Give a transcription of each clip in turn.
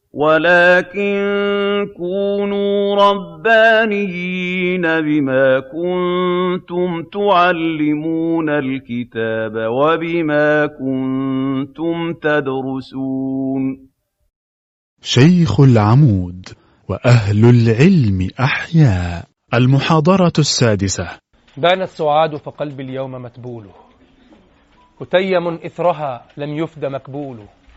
ولكن كونوا ربانيين بما كنتم تعلمون الكتاب وبما كنتم تدرسون. شيخ العمود وأهل العلم أحياء. المحاضرة السادسة. بان السعاد فقلبي اليوم متبول، أتيم إثرها لم يفد مكبول،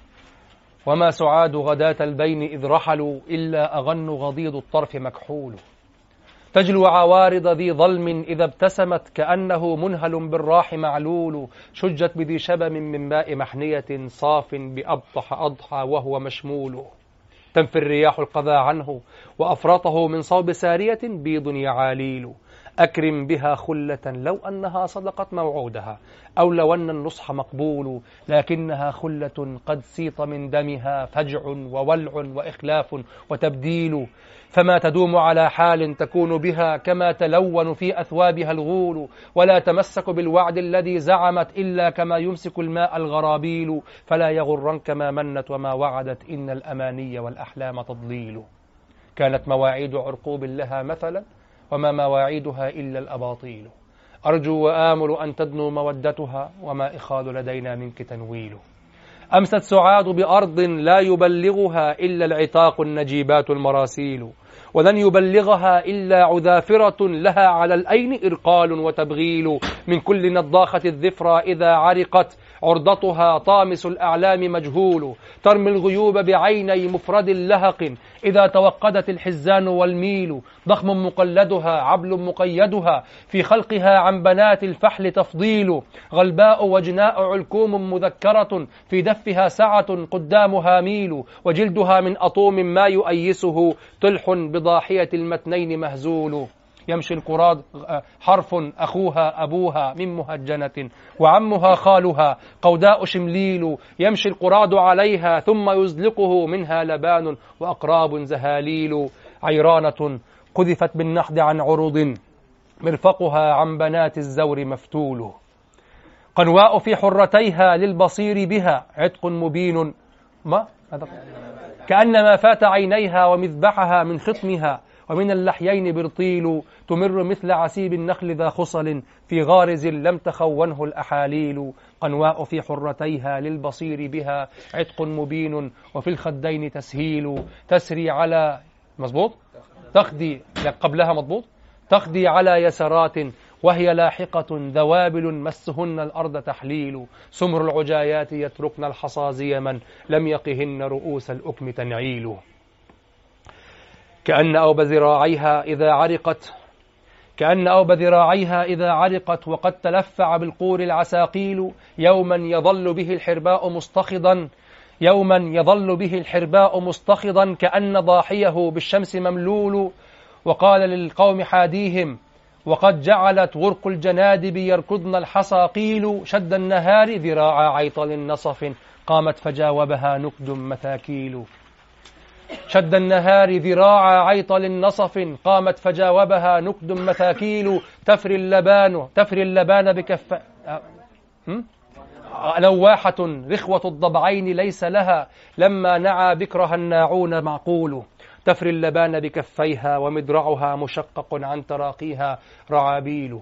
وما سعاد غداة البين إذ رحلوا إلا أغن غضيض الطرف مكحول. تجلو عوارض ذي ظلم إذا ابتسمت كأنه منهل بالراح معلول، شجت بذي شبم من ماء محنية صاف بأبطح أضحى وهو مشمول. تنفي الرياح القذى عنه وأفرطه من صوب سارية بيض يعاليل. أكرم بها خلة لو أنها صدقت موعودها، أو لو أن النصح مقبول، لكنها خلة قد سيط من دمها فجع وولع وإخلاف وتبديل. فما تدوم على حال تكون بها كما تلون في أثوابها الغول، ولا تمسك بالوعد الذي زعمت إلا كما يمسك الماء الغرابيل. فلا يغرنك ما منت وما وعدت، إن الأماني والأحلام تضليل. كانت مواعيد عرقوب لها مثلا، وما مواعيدها إلا الأباطيل. أرجو وآمل أن تدنو مودتها، وما إخال لدينا منك تنويل. أمست سعاد بأرض لا يبلغها إلا العتاق النجيبات المراسيل، ولن يبلغها إلا عذافرة لها على الأين إرقال وتبغيل. من كل نضاخة الذفرى إذا عرقت عرضتها طامس الأعلام مجهول. ترمي الغيوب بعيني مفرد لهق إذا توقدت الحزان والميل. ضخم مقلدها عبل مقيدها في خلقها عن بنات الفحل تفضيل. غلباء وجناء علكوم مذكرة في دفها سعة قدامها ميل. وجلدها من أطوم ما يؤيسه تلح بضاحية المتنين مهزول. يمشي القراد حرف أخوها أبوها من مهجنة، وعمها خالها قوداء شمليل. يمشي القراد عليها ثم يزلقه منها لبان وأقراب زهاليل. عيرانة قذفت بالنحد عن عروض مرفقها عن بنات الزور مفتول. قنواء في حرتيها للبصير بها عتق مبين، كأنما فات عينيها ومذبحها من خطمها ومن اللحيين برطيل. تمر مثل عسيب النخل ذا خصل في غارز لم تخونه الأحاليل. قنواء في حرتيها للبصير بها عتق مبين، وفي الخدين تسهيل. تسري على مضبوط تخدي قبلها مضبوط تخدي على يسرات وهي لاحقة ذوابل مسهن الأرض تحليل. سمر العجايات يتركن الحصى زيما لم يقهن رؤوس الأكم تنعيل. كأن أوب ذراعيها إذا عرقت وقد تلفع بالقور العساقيل. يوما يظل به الحرباء مستخضا كأن ضاحيه بالشمس مملول. وقال للقوم حاديهم وقد جعلت غرق الجنادب يركضن الحصى قيل. شد النهار ذراع عيطل نصف قامت فجاوبها نكد مثاكيل. شد النهار ذراع عيطل نصف قامت فجاوبها نكد مثاكيل. تفري اللبان بكف لواحة رخوة الضبعين ليس لها لما نعى بكرها الناعون معقول. تفري اللبان بكفيها ومدرعها مشقق عن تراقيها رعابيل.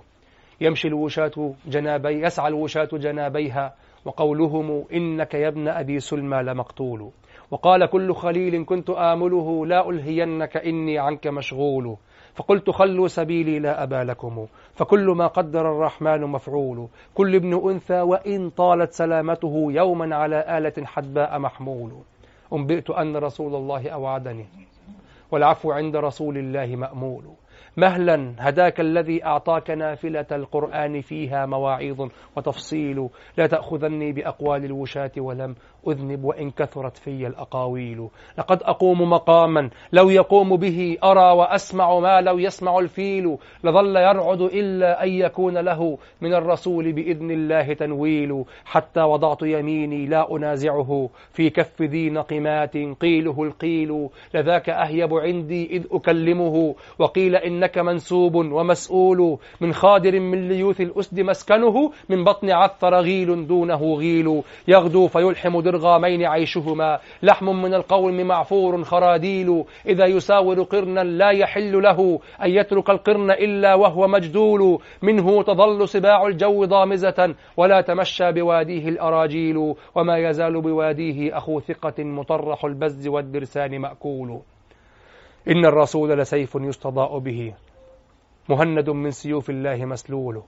يسعى الوشاة جنابيها وقولهم إنك يا ابن أبي سلمى لمقتول. وقال كل خليل كنت آمله لا ألهينك إني عنك مشغول. فقلت خلوا سبيلي لا أبا لكم، فكل ما قدر الرحمن مفعول. كل ابن أنثى وإن طالت سلامته يوما على آلة حدباء محمول. أنبئت أن رسول الله أوعدني والعفو عند رسول الله مأمول. مهلا هداك الذي أعطاك نافلة القرآن فيها مواعيظ وتفصيل. لا تأخذني بأقوال الوشاة ولم أذنب وإن كثرت في الأقاويل. لقد أقوم مقاما لو يقوم به أرى وأسمع ما لو يسمع الفيل. لظل يرعد إلا أن يكون له من الرسول بإذن الله تنويل. حتى وضعت يميني لا أنازعه في كف ذي نقمات قيله القيل. لذاك أهيب عندي إذ أكلمه وقيل إنك منسوب ومسؤول. من خادر من ليوث الأسد مسكنه من بطن عثر غيل دونه غيل. يغدو فيلحم الضرغامين عيشهما، لحم من القوم معفور خراديل، إذا يساور قرنا لا يحل له أن يترك القرن إلا وهو مجدول، منه تظل سباع الجو ضامزة ولا تمشى بواديه الأراجيل، وما يزال بواديه أخو ثقة مطرح البز والدرسان مأكول. إن الرسول لسيف يستضاء به، مهند من سيوف الله مسلول،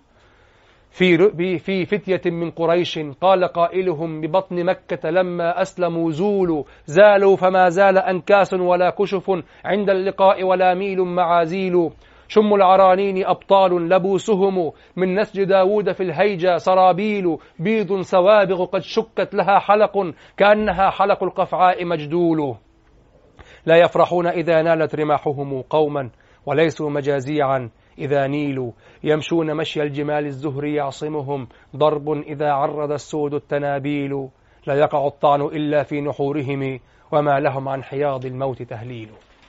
في فتية من قريش قال قائلهم ببطن مكة لما أسلموا زالوا فما زال أنكاس ولا كشف عند اللقاء ولا ميل معازيل، شم العرانين أبطال لبوسهم من نسج داود في الهيجة سرابيل، بيض سوابغ قد شكت لها حلق كأنها حلق القفعاء مجدول، لا يفرحون إذا نالت رماحهم قوما وليسوا مجازيعا إذا نيلوا، يمشون مشي الجمال الزهر يعصمهم ضرب إذا عرض السود التنابيل، لا يقع الطعن إلا في نحورهم وما لهم عن حياض الموت تهليل.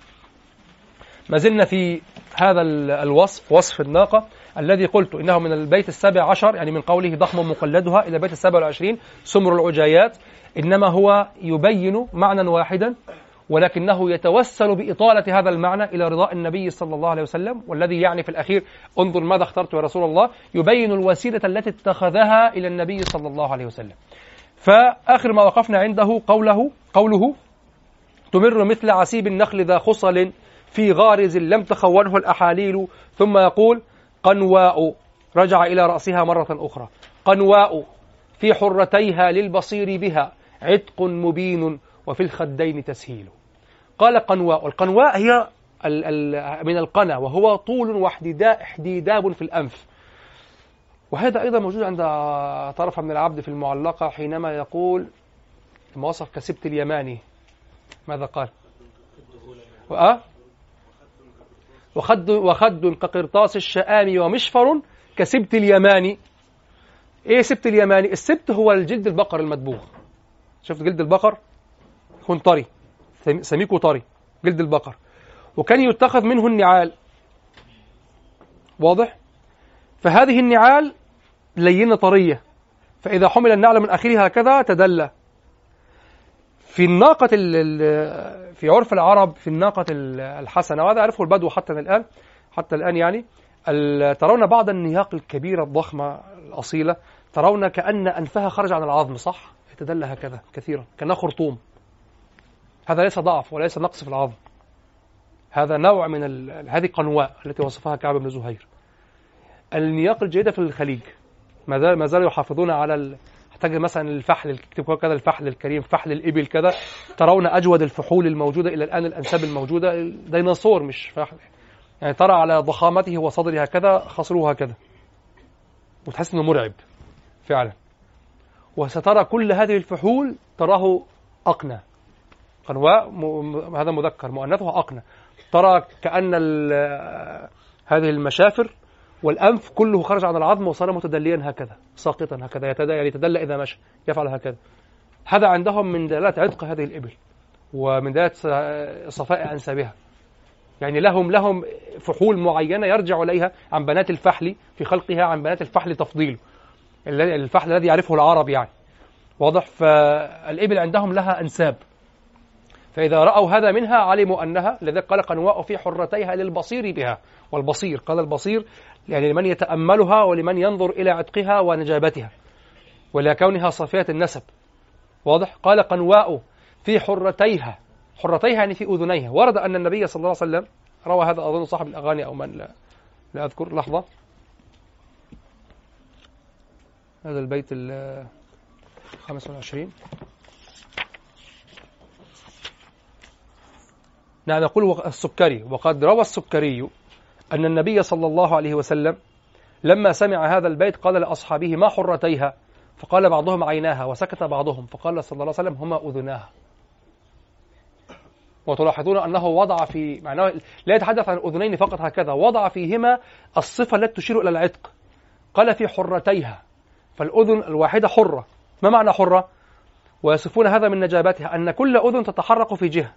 ما زلنا في هذا الوصف، وصف الناقة الذي قلت إنه من البيت 17، يعني من قوله ضخم مقلدها إلى البيت 27 سمر العجايات، إنما هو يبين معنى واحدا ولكنه يتوسل بإطالة هذا المعنى إلى رضاء النبي صلى الله عليه وسلم، والذي يعني في الأخير انظر ماذا اخترت يا رسول الله، يبين الوسيلة التي اتخذها إلى النبي صلى الله عليه وسلم. فآخر ما وقفنا عنده قوله تمر مثل عسيب النخل ذا خصل في غارز لم تخونه الأحاليل، ثم يقول قنواء، رجع إلى رأسها مرة أخرى، قنواء في حرتيها للبصير بها عتق مبين وفي الخدين تسهيل. قال قنواء، القنواء هي من القنا وهو طول واحتداب في الأنف، وهذا أيضا موجود عند طرف من العبد في المعلقة حينما يقول لما وصف كسبت اليماني ماذا قال؟ وخد كقرطاس الشآم ومشفر كسبت اليماني. ايه سبت اليماني؟ السبت هو الجلد البقر المدبوغ، شفت جلد البقر يكون طري سميك وطري، جلد البقر، وكان يتخذ منه النعال، واضح؟ فهذه النعال لينة طرية، فإذا حمل النعل من آخرها هكذا تدلى. في الناقة في عرف العرب في الناقة الحسنة، وهذا عرفه البدو حتى الآن يعني، ترون بعض النياق الكبيرة الضخمة الأصيلة ترون كأن أنفها خرج عن العظم، صح؟ يتدلى هكذا كثيرا كأنها خرطوم. هذا ليس ضعف وليس نقص في العظم، هذا نوع من هذه قنواء التي وصفها كعب بن زهير. النياق الجيدة في الخليج ما زالوا يحافظون على تجد مثلا الفحل، تكتب كذا الفحل الكريم، فحل الإبل كذا، ترون أجود الفحول الموجودة إلى الآن، الأنساب الموجودة ديناصور مش فحل، يعني ترى على ضخامته وصدره هكذا خصره هكذا، وتحس إنه مرعب فعلا. وسترى كل هذه الفحول تراه أقنى، قنواء هذا مذكر، مؤنثها أقنى، ترى كأن هذه المشافر والأنف كله خرج عن العظم وصار متدليا هكذا ساقطا هكذا، يعني يتدلى إذا مشى يفعل هكذا. هذا عندهم من دلالات عتق هذه الإبل ومن دلالات صفاء أنسابها، يعني لهم فحول معينة يرجع إليها عن بنات الفحل في خلقها، عن بنات الفحل تفضيله، الفحل الذي يعرفه العرب يعني، واضح؟ فالإبل عندهم لها أنساب، فإذا رأوا هذا منها علموا أنها، لذلك قال قنواء في حرتيها للبصير بها، والبصير قال البصير يعني لمن يتأملها ولمن ينظر إلى عتقها ونجابتها ولا كونها صافية النسب، واضح؟ قال قنواء في حرتيها يعني في أذنيها. ورد أن النبي صلى الله عليه وسلم روى هذا، أظن صاحب الأغاني أو من لا أذكر، لحظة، هذا البيت 25. نعم، نقول السكري، وقد روى السكري أن النبي صلى الله عليه وسلم لما سمع هذا البيت قال لأصحابه ما حرتيها؟ فقال بعضهم عيناها، وسكت بعضهم، فقال صلى الله عليه وسلم هما أذناها. وتلاحظون أنه وضع في معناه لا يتحدث عن الأذنين فقط هكذا، وضع فيهما الصفة التي تشير إلى العتق، قال في حرتيها، فالأذن الواحدة حرة. ما معنى حرة؟ ويصفون هذا من نجابتها أن كل أذن تتحرك في جهة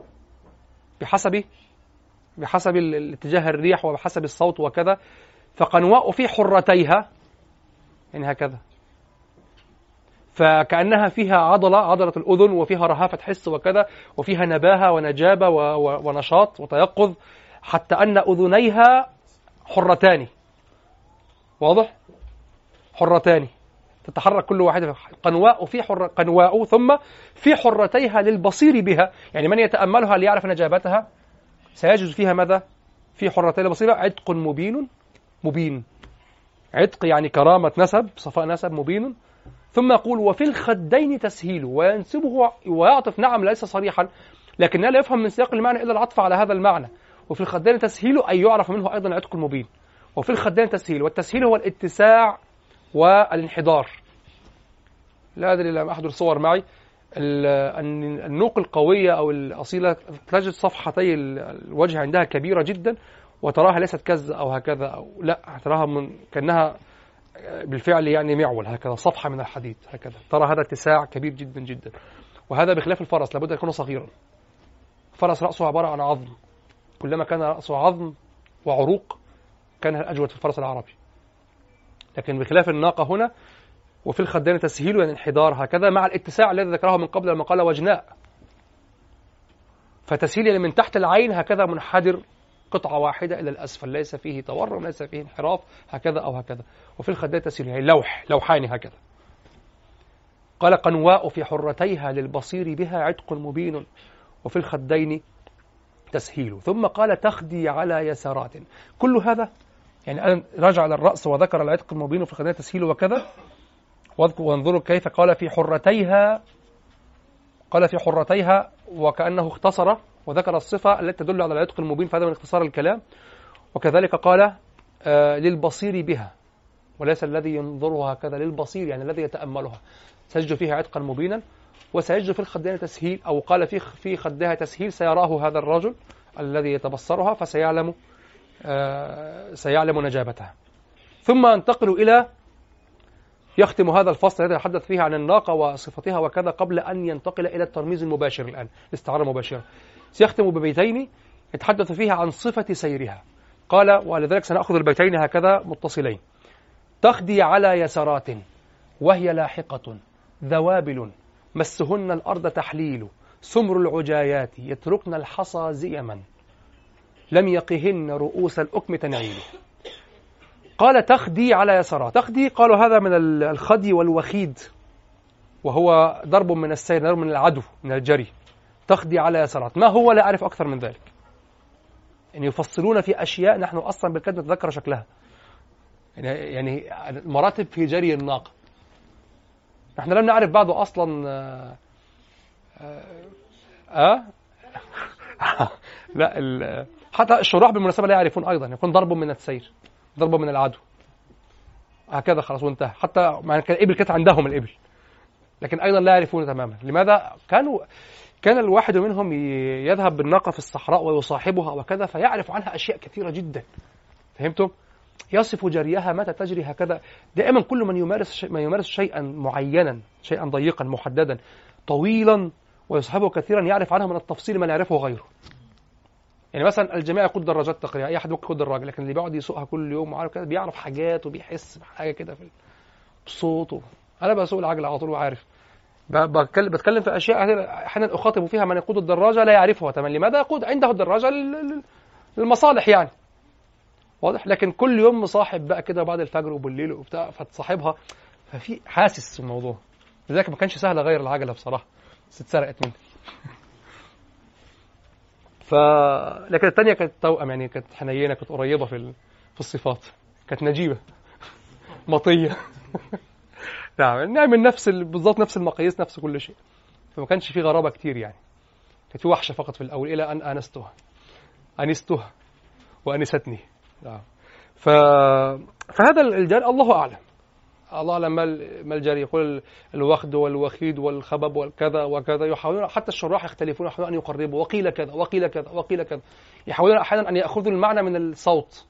بحسب الاتجاه الريح وبحسب الصوت وكذا، فقنواء في حرتيها يعني هكذا. فكأنها فيها عضلة الأذن، وفيها رهافة حس وكذا، وفيها نباهة ونجابة ونشاط وتيقظ، حتى أن أذنيها حرتان. واضح؟ حرتان تتحرك كل واحدة. قنواء ثم في حرتيها للبصير بها، يعني من يتأملها ليعرف نجابتها سيجد فيها ماذا؟ في حرتي البصيرة عتق مبين. عتق يعني كرامة نسب، صفاء نسب، مبين. ثم يقول وفي الخدين تسهيل، وينسبه ويعطف، نعم ليس صريحا لكن لا يفهم من سياق المعنى إلا العطف على هذا المعنى. وفي الخدين تسهيل أي يعرف منه أيضا عتق مبين. وفي الخدين تسهيل، والتسهيل هو الاتساع والانحدار. لا أدري، لم أحضر صور معي. النوق القوية أو الأصيلة تجد صفحتي الوجه عندها كبيرة جدا، وتراها ليست كز أو هكذا، أو لا، تراها كأنها بالفعل يعني معول هكذا، صفحة من الحديد هكذا. ترى هذا اتساع كبير جدا جدا. وهذا بخلاف الفرس، لابد أن يكون صغيرا. الفرس رأسه عبارة عن عظم، كلما كان رأسه عظم وعروق كان الأجود في الفرس العربي. لكن بخلاف الناقة هنا، وفي الخدين تسهيل يعني انحدار هكذا، مع الاتساع الذي ذكره من قبل لما قال وجناء. فتسهيل يعني من تحت العين هكذا منحدر قطعة واحدة إلى الأسفل، ليس فيه تورم، ليس فيه انحراف هكذا أو هكذا. وفي الخدين تسهيل يعني لوحان هكذا. قال قنواء في حرتيها للبصير بها عتق مبين، وفي الخدين تسهيل. ثم قال تخدي على يسارات. كل هذا يعني رجع على الرأس وذكر العتق المبين وفي الخدين تسهيل وكذا. وانظروا كيف قال في حرتيها وكأنه اختصر وذكر الصفة التي تدل على العتق المبين، فهذا من اختصار الكلام. وكذلك قال للبصير بها، وليس الذي ينظرها هكذا، للبصير يعني الذي يتأملها. سيجد فيها عتقا مبينا، وسيجد في الخدين تسهيل، أو قال في خدها تسهيل، سيراه هذا الرجل الذي يتبصرها فسيعلم نجابتها. ثم ينتقل إلى يختم هذا الفصل الذي يتحدث فيه عن الناقة وصفتها وكذا، قبل أن ينتقل إلى الترميز المباشر الآن، الاستعارة المباشرة. سيختم ببيتين يتحدث فيها عن صفة سيرها. قال ولذلك سنأخذ البيتين هكذا متصلين. تخدي على يسارات وهي لاحقة ذوابل مسهن الأرض تحليل، سمر العجايات يتركن الحصى زيما، لم يقهن رؤوس الأكم تنعيل. قال تخدي على يسارات. تخدي قالوا هذا من الخدي والوخيد، وهو ضرب من السير، ضرب من العدو، من الجري. تخدي على يسارات، ما هو لا أعرف أكثر من ذلك. يعني يفصلون في أشياء نحن أصلا بالكاد نتذكر شكلها، يعني مراتب في جري الناقة نحن لم نعرف بعده أصلا. لا، حتى الشراح بالمناسبة لا يعرفون أيضا. يكون ضرب من السير، ضرب من العدو هكذا، خلاص وانتهى. حتى مع الإبل كانت عندهم الإبل، لكن أيضا لا يعرفون تماما لماذا. كان الواحد منهم يذهب بالناقة في الصحراء ويصاحبها وكذا، فيعرف عنها أشياء كثيرة جدا. فهمتم؟ يصف جريها متى تجري هكذا. دائما كل من يمارس شيئا معينا، شيئا ضيقا محددا طويلا ويصحبه كثيرا، يعرف عنها من التفصيل ما لا يعرفه غيره. يعني مثلا الجميع يقود دراجات تقريبا، اي احد ممكن يقود دراجه، لكن اللي بيقعد يسوقها كل يوم وعارف كده بيعرف حاجات وبيحس بحاجه كده في الصوت. انا بسوق العجله على طول وعارف، بتكلم في اشياء احيانا اخاطب فيها من يقود الدراجه لا يعرفها تماما. لماذا؟ يقود عنده الدراجه للمصالح يعني، واضح. لكن كل يوم مصاحب بقى كده بعد الفجر وبالليل وبتاع، فتصاحبها، ففي حاسس في الموضوع. لذلك ما كانش سهل اغير العجله بصراحه، بس اتسرقت مني. لكن الثانيه كانت توأم، يعني كانت حنينه، كانت قريبه في الصفات، كانت نجيبه مطيه. نعم، نعمل بالضبط نفس المقاييس، نفس كل شيء، فما كانش في غرابه كتير يعني. كانت في وحشه فقط في الاول، الى ان انستها وانستني. نعم. فهذا الجري الله اعلم، الله اعلم ما الجري. يقول الوخد والوخيد والخبب والكذا وكذا، يحاولون حتى الشراح يختلفون، يحاولون ان يقربوا، وقيل كذا وقيل كذا وقيل كذا. يحاولون احيانا ان ياخذوا المعنى من الصوت.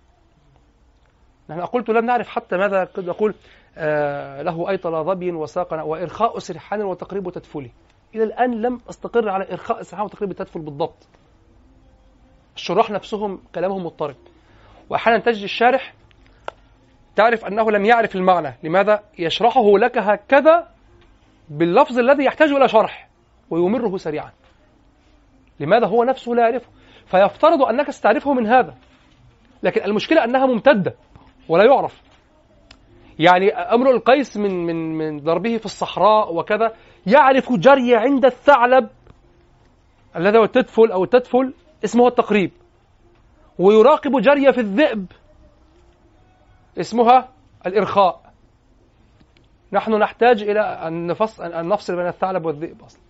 نحن قلت لم نعرف حتى ماذا قد يقول له أيطل ظبي وساقنا وإرخاء سرحان وتقريب تدفلي. إلى الآن لم أستقر على إرخاء سرحان وتقريب تدفل بالضبط. الشراح نفسهم كلامهم مضطرب، وأحيانا تجد الشارح تعرف أنه لم يعرف المعنى. لماذا؟ يشرحه لك هكذا باللفظ الذي يحتاج إلى شرح ويمره سريعا. لماذا؟ هو نفسه لا يعرفه، فيفترض أنك ستعرفه من هذا، لكن المشكلة أنها ممتدة ولا يعرف. يعني امرؤ القيس من ضربه في الصحراء وكذا يعرف جري عند الثعلب الذي هو التدفل أو التدفل اسمه التقريب، ويراقب جري في الذئب اسمها الإرخاء. نحن نحتاج إلى أن نفصل بين الثعلب والذئب أصلا.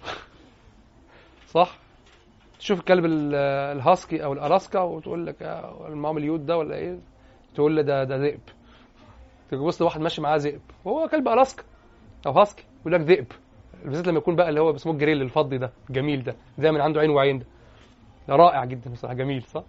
صح؟ تشوف الكلب الهاسكي أو الألاسكا وتقول لك المامليوت ده ولا إيه، تقول له ده ذئب. تبص لواحد ماشي معاه ذئب وهو كلب ألاسكا أو هاسكي يقول لك ذئب، بالذات لما يكون بقى اللي هو اسمه الجريل الفضي ده جميل، ده من عنده عين وعين، ده رائع جدا بصراحة، جميل صح؟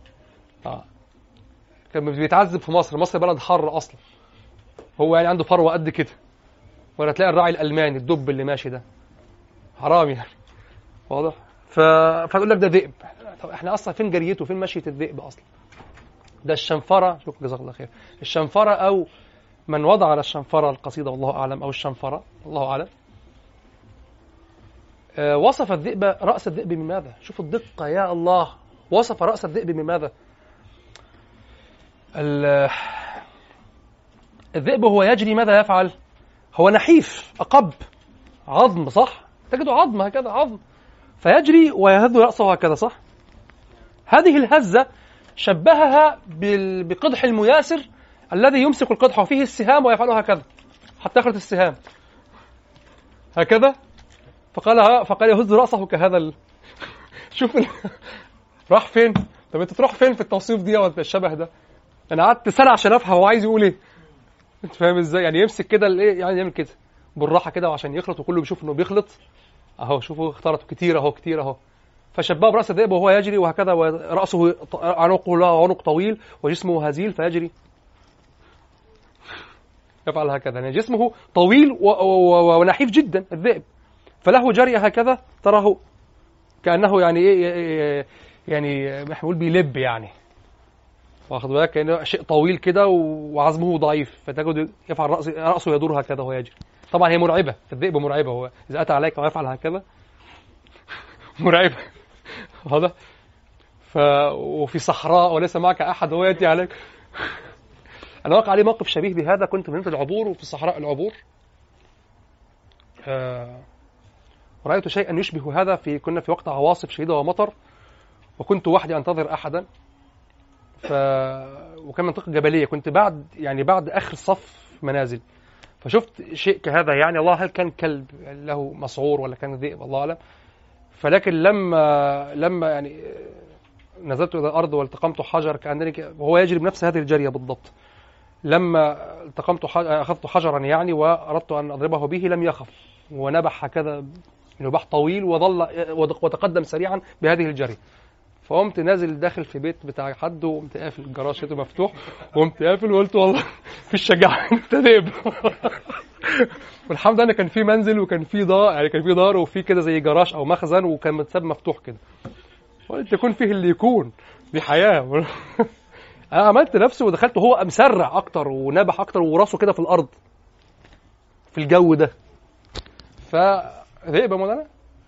كان بيتعذب في مصر بلد حر أصلا، هو يعني عنده فروة قد كده، ولا تلاقي الراعي الألماني الدب اللي ماشي ده حرام يعني، واضح؟ فتقول لك ده ذئب. طب احنا أصلا فين جريته، فين مشية الذئب أصلا؟ ده الشنفرة، شوف جزاك الله خير، الشنفرة أو من وضع على الشنفرة القصيدة والله أعلم، أو الشنفرة الله أعلم، وصف الذئب، رأس الذئب بماذا؟ شوف الدقة يا الله، وصف رأس الذئب بماذا؟ الذئب هو يجري ماذا يفعل؟ هو نحيف أقب عظم، صح؟ تجده عظم هكذا، عظم، فيجري ويهز رأسه هكذا، صح؟ هذه الهزة شبهها بقدح المياسر الذي يمسك القدح وفيه السهام ويفعله هكذا حتى يخرج السهام هكذا، فقال يهز رأسه كهذا شوف راح فين؟ طب انت تروح فين في التوصيف دي ولا الشبه ده؟ انا قعدت سنة عشان افهم هو عايز يقول ايه. انت فاهم ازاي؟ يعني يمسك كده الايه، يعني يعمل كده بالراحة كده وعشان يخلط، وكله بيشوف انه بيخلط اهو، شوفوا اختلطوا كتير اهو، كتير اهو. فشبهه برأس الذئب وهو يجري وهكذا، ورأسه عنقه له عنق طويل وجسمه هزيل فيجري يفعل هكذا، يعني جسمه طويل ونحيف جدا الذئب، فله جري هكذا تراه كأنه يعني ايه، يعني محمول بيلب يعني، واخد بالك، كأنه شيء طويل كده وعظمه ضعيف، فتجد يفعل رأسه يدور هكذا وهو يجري. طبعا هي مرعبة، الذئب مرعبة، هو إذا أتى عليك ويفعل هكذا مرعبة هذا. وفي صحراء وليس معك أحد وهو يأتي عليك. أنا وقع عليه موقف شبيه بهذا، كنت من العبور وفي الصحراء العبور، رأيت شيئا يشبه هذا، كنا في وقت عواصف شديدة ومطر، وكنت وحدي أنتظر أحدا، وكان منطقة جبلية، كنت بعد آخر صف منازل، فشفت شيء كهذا، يعني الله، هل كان كلب له مسعور ولا كان ذئب الله أعلم. فلكن لما يعني نزلت إلى الأرض والتقمت حجر كأنني وهو يجري بنفس هذه الجرية بالضبط، لما أخذت حجرا يعني وأردت أن أضربه به لم يخف، ونبح هكذا نباح طويل وتقدم سريعا بهذه الجري. فقمت نازل داخل في بيت بتاع حد، وقمت قافل الجراج شيته مفتوح، وقمت قافل وقلت والله في الشجاعة انت ذئب. والحمد لله كان في منزل وكان في دار وفي كده زي جراج او مخزن، وكان متساب مفتوح كده، قلت يكون فيه اللي يكون، دي حياة. انا عملت نفسي ودخلت، وهو مسرع اكتر ونبح اكتر وراسه كده في الارض في الجو ده. فذئب مولانا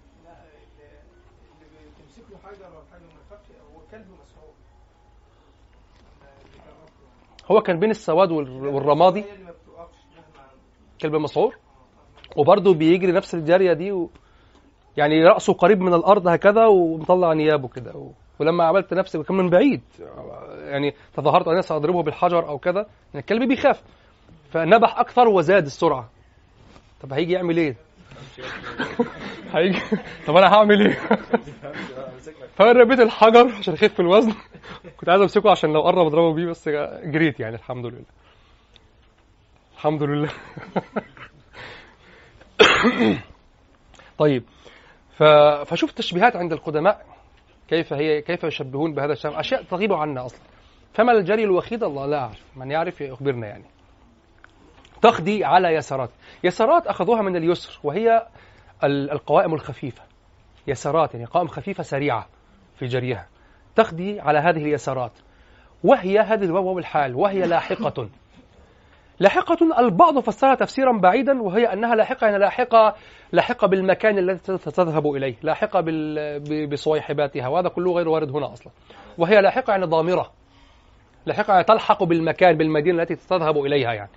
هو كان بين السواد والرمادي، كلب مسعور، وبرضه بيجري نفس الجارية دي يعني رأسه قريب من الأرض هكذا ومطلع نيابه كده. ولما عملت نفسي كان من بعيد، يعني تظاهرت أن سأضربه بالحجر أو كذا، يعني الكلب بيخاف فنبح أكثر وزاد السرعة. طب هيجي يعمل إيه؟ هيجي طب أنا هعمل إيه؟ فربيت الحجر عشان أخف في الوزن، كنت عايز أمسكه عشان لو قرب أضربه بيه، بس جريت يعني الحمد لله، الحمد لله. طيب، فشوف تشبيهات عند القدماء كيف يشبهون بهذا الشيء، أشياء تغيب عنا أصلا. فما الجري الوخيد؟ الله لا أعرف، من يعرف يخبرنا. يعني تخدي على يسارات أخذوها من اليسر، وهي القوائم الخفيفة، يسارات يعني قائم خفيفة سريعة في جريها، تخدي على هذه اليسارات، وهي هذه الواو والحال، وهي لاحقة. لاحقة البعض فسرها تفسيرا بعيدا، وهي أنها لاحقة يعني لاحقة بالمكان الذي تذهب إليه، لاحقة بصويحباتها، وهذا كله غير وارد هنا أصلا. وهي لاحقة يعني ضامرة، لاحقة يعني تلحق بالمكان، بالمدينة التي تذهب إليها يعني.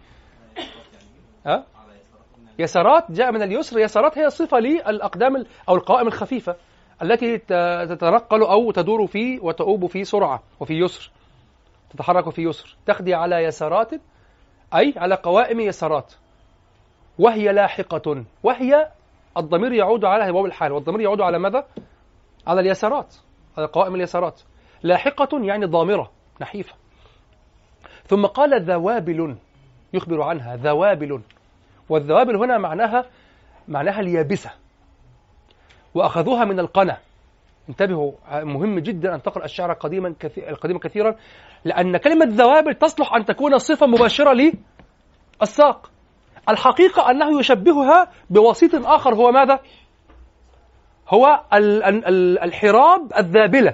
يسارات جاء من اليسر. يسارات هي صفة للأقدام أو القوائم الخفيفة التي تتنقل أو تدور فيه وتؤوب في سرعة وفي يسر، تتحرك في يسر، تخدي على يسارات أي على قوائم يسارات. وهي لاحقة، وهي الضمير يعود على واو الحال، والضمير يعود على ماذا؟ على اليسارات، على قوائم اليسارات. لاحقة يعني ضامرة نحيفة. ثم قال ذوابل، يخبر عنها ذوابل، والذوابل هنا معناها اليابسة، وأخذوها من القنا. انتبهوا، مهم جدا أن تقرأ الشعر القديم كثيرا، لأن كلمة ذوابل تصلح أن تكون صفة مباشرة للساق. الحقيقة أنه يشبهها بوسيط آخر، هو ماذا؟ هو الحراب الذابلة.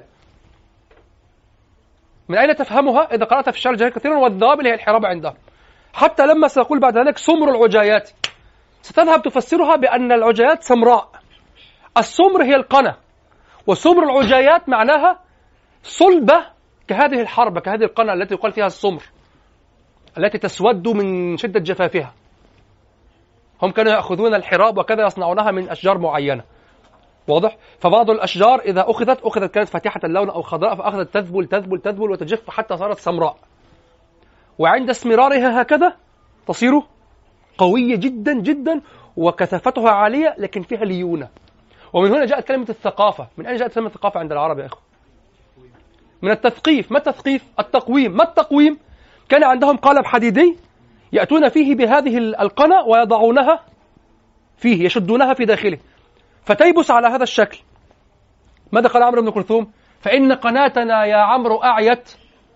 من أين تفهمها؟ إذا قرأت في الشعر الجاهلي كثيرا، والذوابل هي الحراب عندهم. حتى لما سأقول بعد ذلك سمر العجايات، ستذهب تفسرها بأن العجايات سمراء. السمر هي القنا، وسمر العجايات معناها صلبة كهذه الحربة، كهذه القنا التي يقال فيها السمر، التي تسود من شدة جفافها. هم كانوا يأخذون الحراب وكذا يصنعونها من أشجار معينة، واضح؟ فبعض الأشجار إذا أخذت كانت فاتحة اللون أو خضراء، فأخذت تذبل وتجف حتى صارت سمراء، وعند اسمرارها هكذا تصير قوية جدا جدا وكثافتها عالية لكن فيها ليونة. ومن هنا جاءت كلمة الثقافة. من أين جاءت كلمة الثقافة عند العرب يا إخوة؟ من التثقيف. ما التثقيف؟ التقويم. ما التقويم؟ كان عندهم قالب حديدي يأتون فيه بهذه القنا ويضعونها فيه، يشدونها في داخله فتيبس على هذا الشكل. ماذا قال عمرو بن كلثوم؟ فإن قناتنا يا عمرو أعيت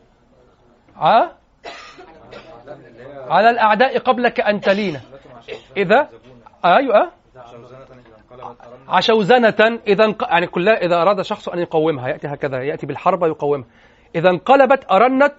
على الأعداء قبلك أن تلينا. إذا عشوزنة يعني كلها، إذا أراد شخص أن يقومها يأتي هكذا، يأتي بالحربة يقومها. إذا انقلبت أرنت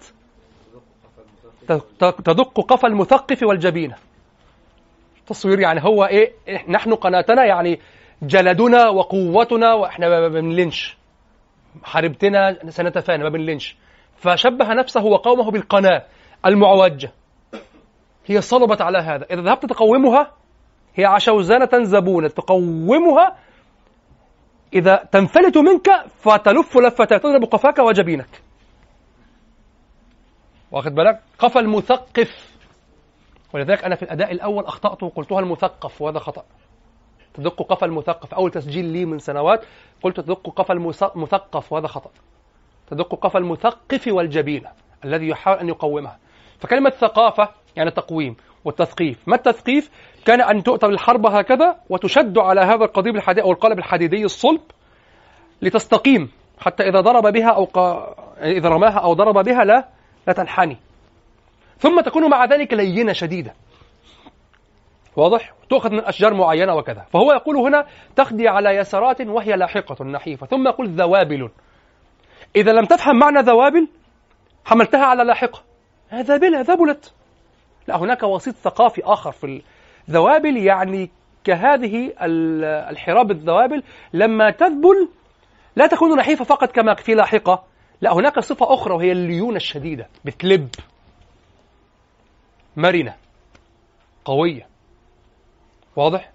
تدق قفا المثقف والجبينة. تصوير يعني هو إيه؟ نحن قناتنا يعني جلدنا وقوتنا، وإحنا ما بنلنش، حاربتنا سنتفانى ما بنلنش. فشبه نفسه وقومه بالقناة المعوجة، هي صلبت على هذا. إذا ذهبت تقومها هي عشوزنة زبونة، تقومها إذا تنفلت منك فتلف لفة تضرب قفاك وجبينك. واخد بالك؟ قفا المثقف. ولذلك أنا في الأداء الأول أخطأت وقلتها المثقف، وهذا خطأ. تدق قفا المثقف، أول تسجيل لي من سنوات قلت تدق قفا المثقف، وهذا خطأ. تدق قفا المثقف والجبينة الذي يحاول أن يقومها. فكلمة ثقافة يعني تقويم والتثقيف. ما التثقيف؟ كان أن تؤتى بالحرب هكذا وتشد على هذا القضيب الحديدي أو القالب الحديدي الصلب لتستقيم، حتى إذا ضرب بها أو إذا رماها أو ضرب بها لا تنحني، ثم تكون مع ذلك لينة شديدة، واضح؟ تؤخذ من أشجار معينة وكذا. فهو يقول هنا تخدي على يسارات وهي لاحقة نحيفة. ثم يقول ذوابل. إذا لم تفهم معنى ذوابل حملتها على لاحقة، ذابلة ذبلت. لا، هناك وسيط ثقافي آخر في الذوابل، يعني كهذه الحراب الذوابل لما تذبل لا تكون نحيفة فقط كما في لاحقة، لا، هناك صفة أخرى وهي الليونة الشديدة، بتلب، مرنة، قوية، واضح؟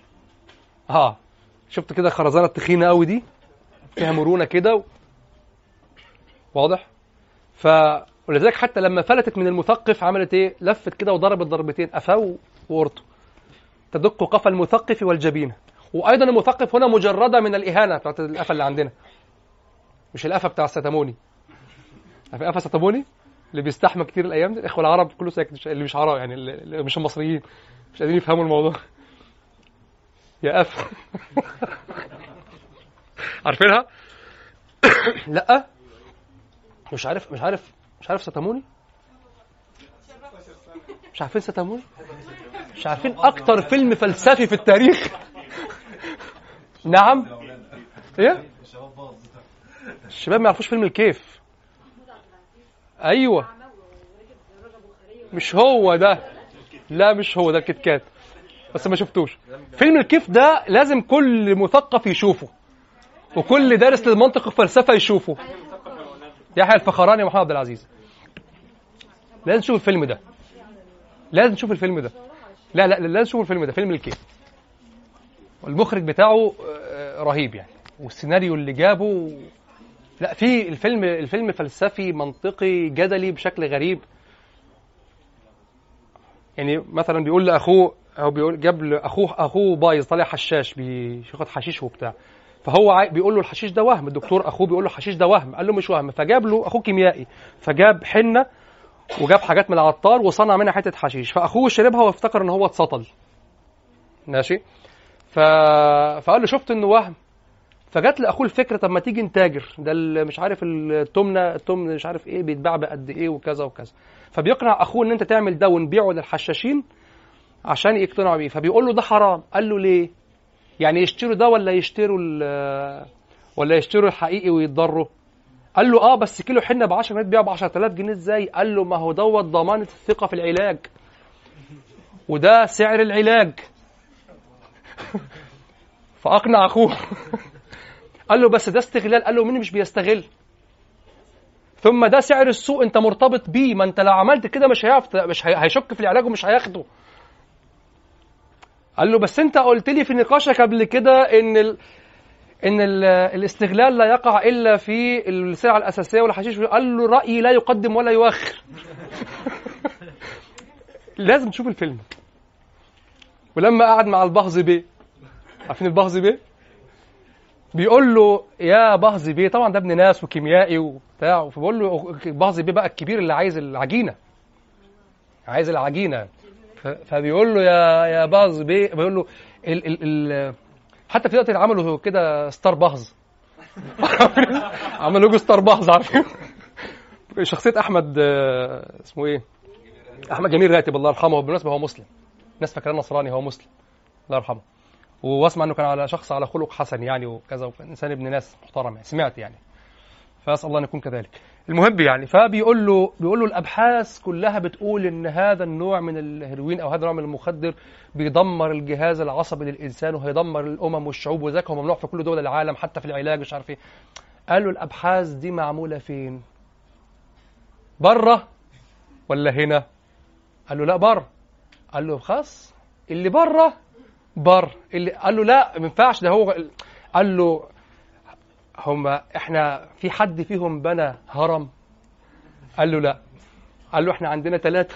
شفت كده خرزانة التخينة قوي دي فيها مرونة كده، واضح؟ ولذلك حتى لما فلتت من المثقف عملت ايه؟ لفت كده وضربت ضربتين قفا وورطه. تدق قفا المثقف والجبينة. وايضا المثقف هنا مجردة من الإهانة بتاعت القفا اللي عندنا، مش القفا بتاع الستاموني. عارف قفا ستاموني اللي بيستحمى كتير الايام دي؟ الاخوه العرب كله ساكت، اللي مش عرب يعني، اللي مش المصريين مش قادرين يفهموا الموضوع. يا قفا عارفينها؟ لا، مش عارف ستاموني؟ مش عارفين ستاموني؟ مش عارفين اكتر فيلم فلسفي في التاريخ؟ نعم. ايه؟ الشباب ما يعرفوش فيلم الكيف. ايوه، مش هو ده. لا مش هو ده، الكيت كات، بس ما شفتوش. فيلم الكيف ده لازم كل مثقف يشوفه، وكل دارس للمنطق والفلسفة يشوفه. يحيى الفخراني ومحمد عبد العزيز، لازم تشوف الفيلم ده، لازم تشوف الفيلم ده. لا لازم تشوف الفيلم ده، فيلم الكيف. والمخرج بتاعه رهيب يعني، والسيناريو اللي جابه، لا في الفيلم فلسفي منطقي جدلي بشكل غريب. يعني مثلا بيقول لاخوه، هو بيقول جاب اخوه بايظ طالع حشاش بياخد حشيش وبتاع، فهو بيقول له الحشيش ده وهم، الدكتور اخوه بيقول له الحشيش ده وهم، قال له مش وهم، فجاب له اخوه كيميائي، فجاب حنه وجاب حاجات من العطار وصنع منها حته حشيش، فاخوه شربها وافتكر ان هو اتسطل. ماشي. فقال له شفت انه وهم، فجات لاخوه الفكره، طب ما تيجي نتاجر، ده مش عارف التمن مش عارف ايه بيتباع بقد ايه وكذا وكذا، فبيقنع اخوه ان انت تعمل ده ونبيعه للحشاشين عشان يقتنعوا بيه. فبيقول له ده حرام، قال له ليه؟ يعني يشتروا ده ولا يشتروا الحقيقي ويتضروا؟ قال له بس كيلو حنه ب 10 جنيه تبيعه ب 10000 جنيه ازاي؟ قال له ما هو دوت ضمانه الثقه في العلاج، وده سعر العلاج. فاقنع اخوه. قال له بس ده استغلال، قال له مين مش بيستغل؟ ثم ده سعر السوق، انت مرتبط بيه، ما انت لو عملت كده مش هيشك في العلاج ومش هياخده. قال له بس انت قلت لي في نقاشك قبل كده ان الاستغلال لا يقع الا في السلع الاساسيه والحشيش. قال له رايي لا يقدم ولا يؤخر. لازم تشوف الفيلم. ولما قعد مع البهزي بيه، عارفين البهزي بيه؟ بيقول له يا بهزي بيه، طبعا ده ابن ناس وكيميائي وبتاع، فبيقول له بهزي بيه بقى الكبير اللي عايز العجينه، فبيقول له يا بهزي بيه، بيقول له حتى في وقت عملوا كده ستار بهز. عملوا له ستار بهز، عارفين شخصيه احمد اسمه ايه، احمد جميل راتب الله يرحمه، بالمناسبه هو مسلم، الناس فاكراه نصراني، هو مسلم الله يرحمه، واسمع انه كان على شخص على خلق حسن يعني وكذا، وانسان ابن ناس محترم يعني، سمعت يعني، فاسال الله ان يكون كذلك. المهم يعني، فبيقول له الابحاث كلها بتقول ان هذا النوع من الهيروين او هذا النوع من المخدر بيدمر الجهاز العصبي للانسان وهيدمر الامم والشعوب، وذاك هو ممنوع في كل دول العالم حتى في العلاج مش عارف ايه. قالوا الابحاث دي معموله فين؟ بره ولا هنا؟ قال له لا بره. قال له خلاص اللي بره اللي، قال له لا ما ينفعش، ده هو. قال له احنا في حد فيهم بنى هرم؟ قال له لا. قال له احنا عندنا 3.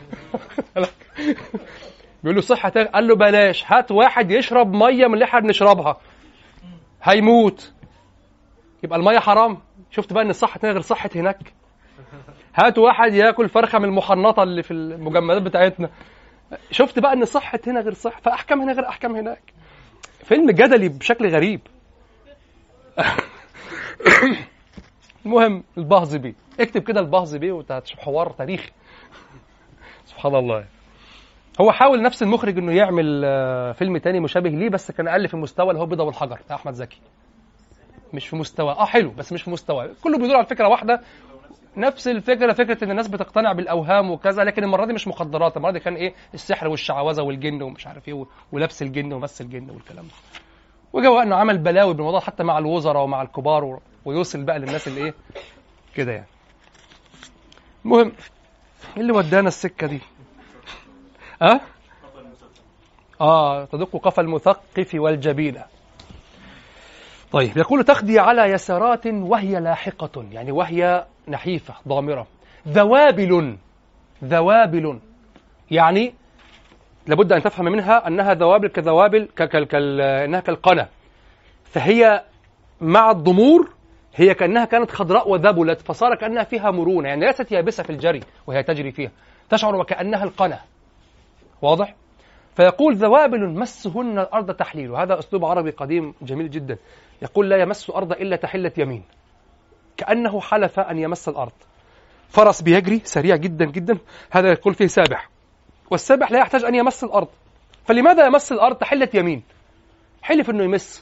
بيقول له صحة، قال له بلاش، هات واحد يشرب مية من اللي احنا بنشربها هيموت، يبقى المية حرام. شفت بقى ان الصحة هنا غير صحة هناك. هات واحد ياكل فرخة من المحنطة اللي في المجمدات بتاعتنا، شفت بقى ان صحة هنا غير صحة، فاحكام هنا غير احكام هناك. فيلم جدلي بشكل غريب. المهم البهزي بيه، اكتب كده البهزي بيه وهتشوف حوار تاريخي. سبحان الله. هو حاول نفس المخرج انه يعمل فيلم تاني مشابه ليه، بس كان اقل في المستوى، اللي هو بيضة والحجر بتاع احمد زكي. مش في مستوى، حلو بس مش في مستوى، كله بيدور على فكره واحده، نفس الفكره، فكره ان الناس بتقتنع بالاوهام وكذا، لكن المره دي مش مخدرات، المره دي كان ايه، السحر والشعوذه والجن ومش عارف ايه، ولبس الجن ومس الجن والكلام ده. وجاء انه عمل بلاوي بالموضوع حتى مع الوزراء ومع الكبار، ويوصل بقى للناس اللي ايه كده يعني. المهم اللي ودانا السكه دي تدق قفا المثقف والجبينه. طيب يقول تخدي على يسارات وهي لاحقة، يعني وهي نحيفة ضامرة. ذوابل يعني لابد أن تفهم منها أنها ذوابل إنها كالقنا، فهي مع الضمور هي كأنها كانت خضراء وذبلت فصار كأنها فيها مرونة، يعني ليست يابسة في الجري وهي تجري فيها، تشعر وكأنها القنا. واضح؟ فيقول ذوابل مسهن الأرض تحليل، وهذا أسلوب عربي قديم جميل جدا. يقول لا يمس الأرض إلا تحلة يمين، كأنه حلف أن يمس الأرض. فرس بيجري سريع جدا جدا، هذا يقول فيه سابح، والسابح لا يحتاج أن يمس الأرض، فلماذا يمس الأرض تحلة يمين؟ حلف أنه يمس،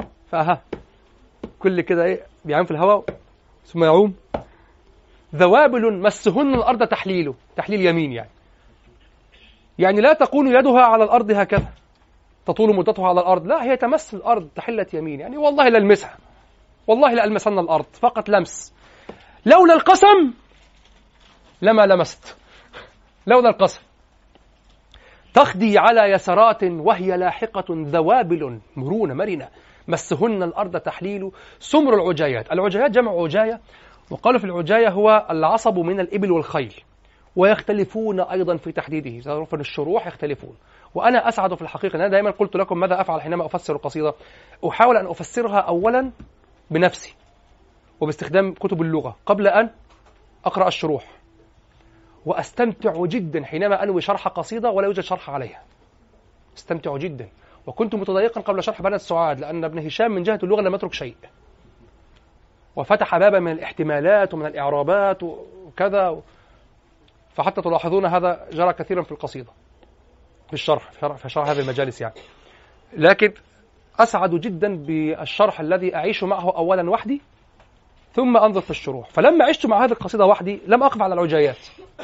كل كده إيه بيعوم في الهواء ثم يعوم. ذوابل مسهن الأرض تحليل يمين، يعني لا تكون يدها على الأرض هكذا تطول مدتها على الأرض، لا، هي تمس الأرض تحلة يمين، يعني والله لا ألمسها، والله لا ألمسن الأرض، فقط لمس. لولا القسم لما لمست، لولا القسم. تخدي على يسرات وهي لاحقة ذوابل مرونة مرنة مسهن الأرض تحليل سمر العجايات. العجايات جمع عجاية، وقالوا في العجاية هو العصب من الإبل والخيل، ويختلفون أيضا في تحديده، في الشروح يختلفون. وأنا أسعد في الحقيقة، أنا دائما قلت لكم ماذا أفعل حينما أفسر القصيدة، أحاول أن أفسرها أولا بنفسي وباستخدام كتب اللغة قبل أن أقرأ الشروح، وأستمتع جدا حينما أنوي شرح قصيدة ولا يوجد شرح عليها، استمتع جدا. وكنت متضايقا قبل شرح بنات السعاد، لأن ابن هشام من جهة اللغة لم يترك شيء، وفتح بابا من الاحتمالات ومن الإعرابات وكذا، فحتى تلاحظون هذا جرى كثيرا في القصيدة، في شرح هذه المجالس يعني. لكن أسعد جدا بالشرح الذي أعيش معه أولا وحدي ثم أنظر في الشروح. فلما عشت مع هذه القصيدة وحدي لم أقف على العجايات،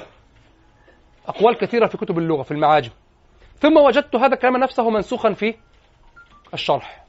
أقوال كثيرة في كتب اللغة في المعاجم، ثم وجدت هذا الكلام نفسه منسوخا في الشرح.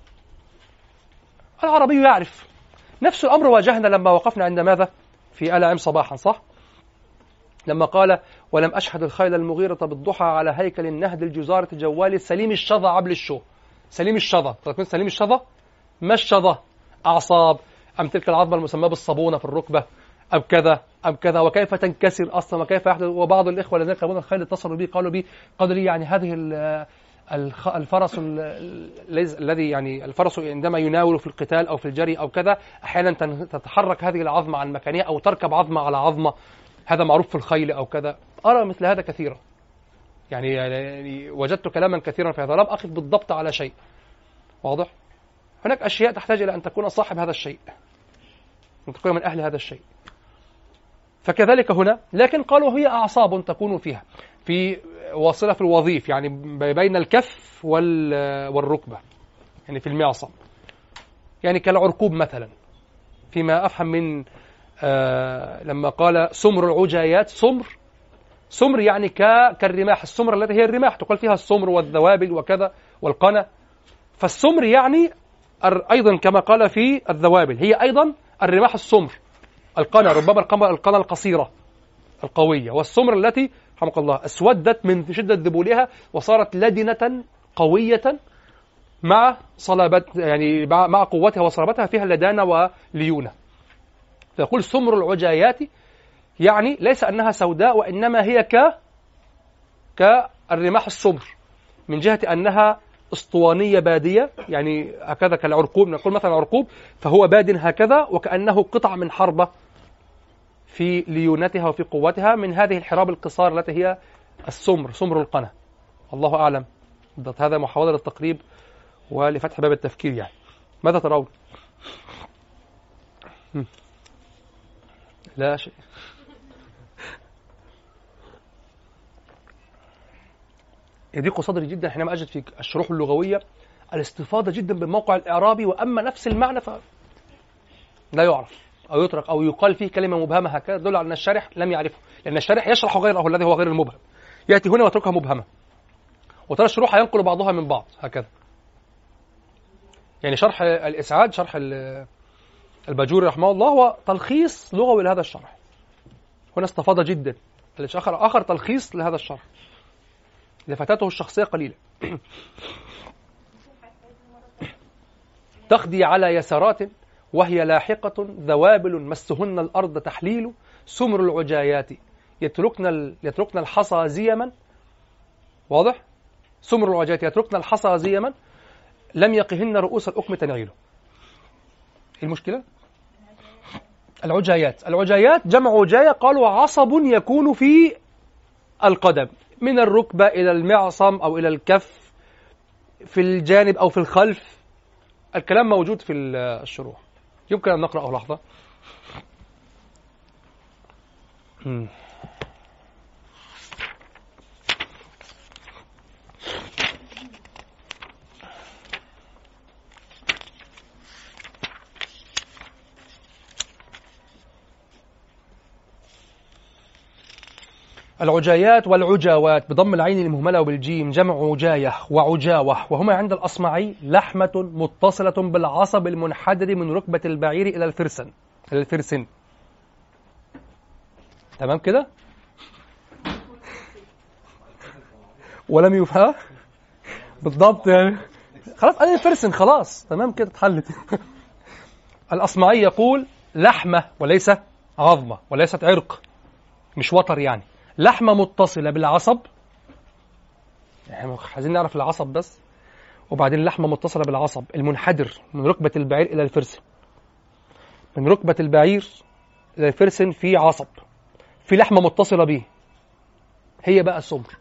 العربي يعرف. نفس الأمر واجهنا لما وقفنا عند ماذا؟ في آل عم صباحا، صح؟ لما قال: ولم أشهد الخيل المغيرة بالضحى على هيكل النهد الجزارة جوال سليم الشظى عبل الشو. سليم الشظى، تكون سليم الشظى، ما الشظى؟ أعصاب، أم تلك العظمة المسمى بالصابونة في الركبة، أم كذا أم كذا، وكيف تنكسر أصلا وكيف يحدث. وبعض الإخوة الذين يركبون الخيل اتصلوا بي قالوا بي قدري يعني هذه الفرس الذي يعني الفرس عندما يناول في القتال أو في الجري أو كذا أحيانا تتحرك هذه العظمة عن مكانها أو تركب عظمة على عظمة، هذا معروف في الخيل أو كذا. أرى مثل هذا كثيرا، يعني وجدت كلاما كثيرا في هذا، لم أقف بالضبط على شيء. واضح؟ هناك أشياء تحتاج إلى أن تكون صاحب هذا الشيء، أن تكون من أهل هذا الشيء. فكذلك هنا، لكن قالوا هي أعصاب تكون فيها في واصلة في الوظيف، يعني بين الكف والركبة، يعني في المعصم، يعني كالعرقوب مثلا، فيما أفهم من لما قال سمر العجايات. سمر يعني كالرماح، السمر التي هي الرماح تقال فيها السمر والذوابل وكذا والقنا. فالسمر يعني أيضا كما قال في الذوابل هي أيضا الرماح السمر، القنا ربما القنا القصيرة القوية، والسمر التي رحمك الله أسودت من شدة ذبولها وصارت لدنة قوية مع صلابة، يعني مع قوتها وصلابتها فيها لدانة وليونة. فيقول سمر العجايات يعني ليس أنها سوداء، وإنما هي كالرماح السمر، من جهة أنها اسطوانية بادية، يعني هكذا كالعرقوب، نقول مثلا عرقوب فهو باد هكذا وكأنه قطع من حربة في ليونتها وفي قوتها، من هذه الحراب القصار التي هي السمر، سمر القنا. الله أعلم، هذا محاولة للتقريب ولفتح باب التفكير يعني. ماذا ترون؟ لا شيء. يضيق صدري جدا حينما أجد في الشروح اللغوية الاستفاضة جدا بالموقع الإعرابي، وأما نفس المعنى لا يعرف أو يترك أو يقال فيه كلمة مبهمة هكذا، تدل على أن الشارح لم يعرفه، لأن الشارح يشرح غيره الذي هو غير المبهم، يأتي هنا ويتركها مبهمة. وترى الشروح ينقل بعضها من بعض هكذا. يعني شرح الإسعاد، شرح الباجوري رحمه الله، هو تلخيص لغوي لهذا الشرح. هنا استفاض جدا. آخر تلخيص لهذا الشرح لفتاته الشخصية قليلة. تخدي على يسارات وهي لاحقة ذوابل مسهن الأرض تحليل سمر العجايات يتركن الحصى زيما. واضح؟ سمر العجايات يتركن الحصى زيما لم يقهن رؤوس الأكم تنعيله. المشكلة العجايات جمع عجاية، قالوا عصب يكون في القدم من الركبة إلى المعصم أو إلى الكف، في الجانب أو في الخلف. الكلام موجود في الشروح، يمكن أن نقرأه لحظة. العجايات والعجاوات بضم العين المهملة وبالجيم جمع عجاية وعجاوة، وهما عند الأصمعي لحمة متصلة بالعصب المنحدر من ركبة البعير إلى الفرسن. تمام كده؟ ولم يفهم بالضبط يعني. خلاص أنا الفرسن خلاص تمام كده اتحلت. الأصمعي يقول لحمة وليس عظمة وليست عرق، مش وتر يعني، لحمة متصلة بالعصب، يعني عايزين نعرف العصب بس، وبعدين لحمة متصلة بالعصب المنحدر من ركبة البعير إلى الفرسن. من ركبة البعير إلى الفرسن في عصب، في لحمة متصلة به، هي بقى السمر.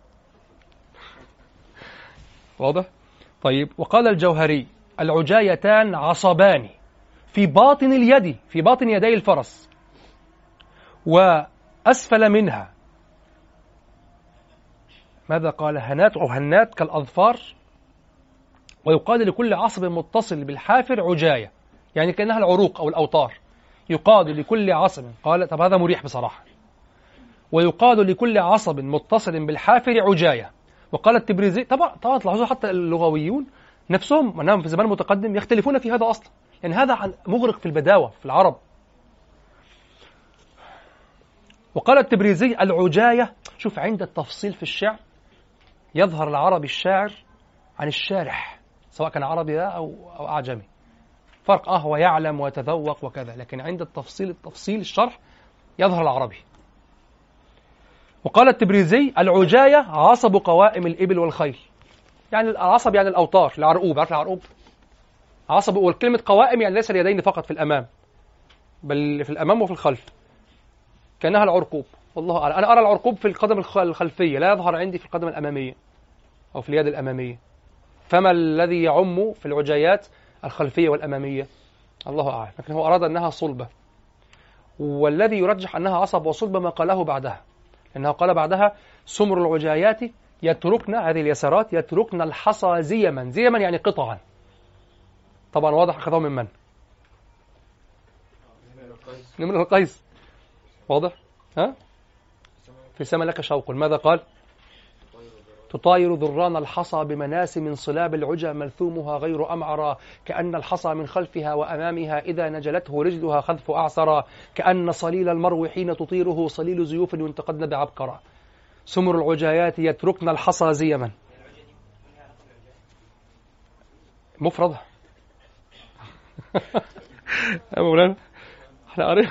واضح؟ طيب، وقال الجوهري العجايتان عصبان في باطن اليد، في باطن يدي الفرس، وأسفل منها ماذا قال؟ هنات أو هنات كالأظفار. ويقال لكل عصب متصل بالحافر عجاية، يعني كأنها العروق أو الأوتار. يقال لكل عصب، قال طب هذا مريح بصراحة، ويقال لكل عصب متصل بالحافر عجاية. وقال التبريزي، طبعا تلاحظوا حتى اللغويون نفسهم أنهم في زمان متقدم يختلفون في هذا أصلا، يعني هذا مغرق في البداوة في العرب. وقال التبريزي العجاية، شوف عند التفصيل في الشعر يظهر العربي الشاعر عن الشارح، سواء كان عربي أو أعجمي، فرق هو يعلم ويتذوق وكذا، لكن عند التفصيل الشرح يظهر العربي. وقال التبريزي العجاية عصب قوائم الإبل والخيل، يعني العصب يعني الأوتار، العرقوب، عارف العرقوب؟ عصب، والكلمة قوائم يعني ليس اليدين فقط في الأمام، بل في الأمام وفي الخلف، كأنها العرقوب. والله أعلم، أنا أرى العرقوب في القدم الخلفية، لا يظهر عندي في القدم الأمامية أو في اليد الأمامية. فما الذي يعم في العجايات الخلفية والأمامية؟ الله أعلم، لكن هو أراد أنها صلبة، والذي يرجح أنها عصب وصلبة ما قاله بعدها، لأنه قال بعدها سمر العجايات يتركن، هذه اليسارات يتركن الحصى زيما، زيما يعني قطعا، طبعا واضح أخذه من من؟ من القيس، واضح؟ ها؟ في سما لك شوق، ماذا قال؟ تطاير ذران الحصى بمناس من صلاب العجا ملثومها غير أمعرا، كأن الحصى من خلفها وأمامها إذا نجلته رجلها خذف أعسرا، كأن صليل المرو حين تطيره صليل زيوف ينتقدن بعبكرا. سمر العجايات يتركن الحصى زيما، مفردة. يا مولانا احنا قرينا.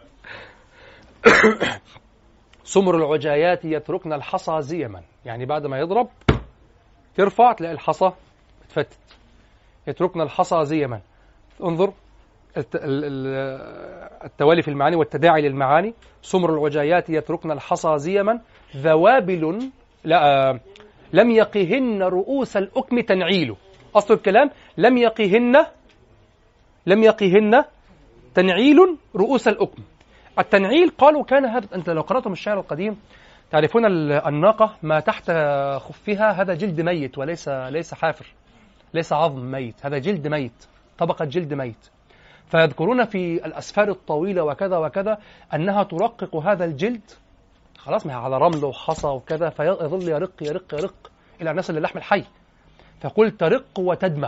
سمر العجايات يتركن الحصى زيما، يعني بعد ما يضرب ترفع تلاقي الحصى اتفتت. يتركن الحصى زيما، انظر التوالي في المعاني والتداعي للمعاني. سمر العجايات يتركن الحصى زيما ذوابل لم يقهن رؤوس الأكم تنعيل. أصل الكلام لم يقهن تنعيل رؤوس الأكم. التنعيل قالوا كان هذا، أنت لو قرأتم الشعر القديم تعرفون الناقة ما تحت خفها هذا جلد ميت، ليس حافر، ليس عظم ميت، هذا جلد ميت، طبقة جلد ميت. فيذكرون في الأسفار الطويلة وكذا وكذا أنها ترقق هذا الجلد، خلاص ما هي على رمل وحصى وكذا، فيظل يرق يرق يرق إلى أن يصل للحم الحي، فقل ترق وتدمى.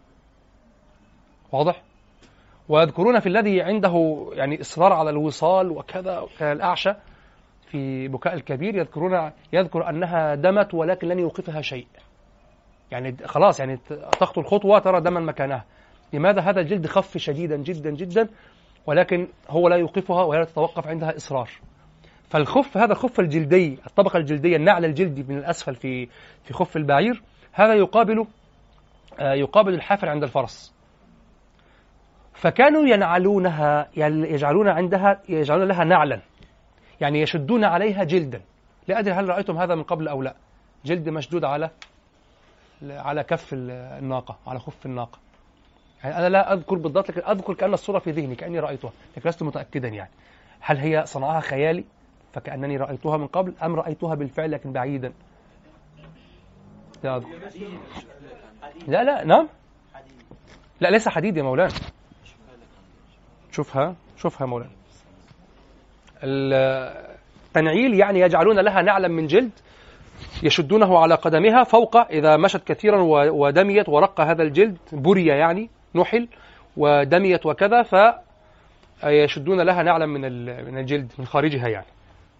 واضح؟ ويذكرون في الذي عنده يعني إصرار على الوصال وكذا، كالأعشى في بكاء الكبير يذكر أنها دمت ولكن لن يوقفها شيء، يعني خلاص يعني تخطو الخطوة ترى دما مكانها. لماذا؟ هذا الجلد خف شديدا جدا جدا، ولكن هو لا يوقفها ولا تتوقف عندها إصرار. فالخف هذا الخف الجلدي، الطبقة الجلدية، النعل الجلدي من الأسفل في خف البعير، هذا يقابل الحافر عند الفرس. فكانوا ينعلونها، يجعلون لها نعلا، يعني يشدون عليها جلدا. لا أدري هل رأيتم هذا من قبل أو لا، جلد مشدود على كف الناقة، على خف الناقة. يعني أنا لا أذكر بالضبط، لكن أذكر كأن الصورة في ذهني، كأني رأيتها، لكن لست متأكدا يعني هل هي صنعها خيالي فكأنني رأيتها من قبل أم رأيتها بالفعل لكن بعيدا. لا نعم، لا ليس حديد يا مولانا. شوفها مولانا. تنعيل يعني يجعلون لها نعلا من جلد يشدونه على قدمها فوق، إذا مشت كثيرا ودميت ورق هذا الجلد بري يعني نحل ودميت وكذا، فيشدون لها نعلا من الجلد من خارجها يعني.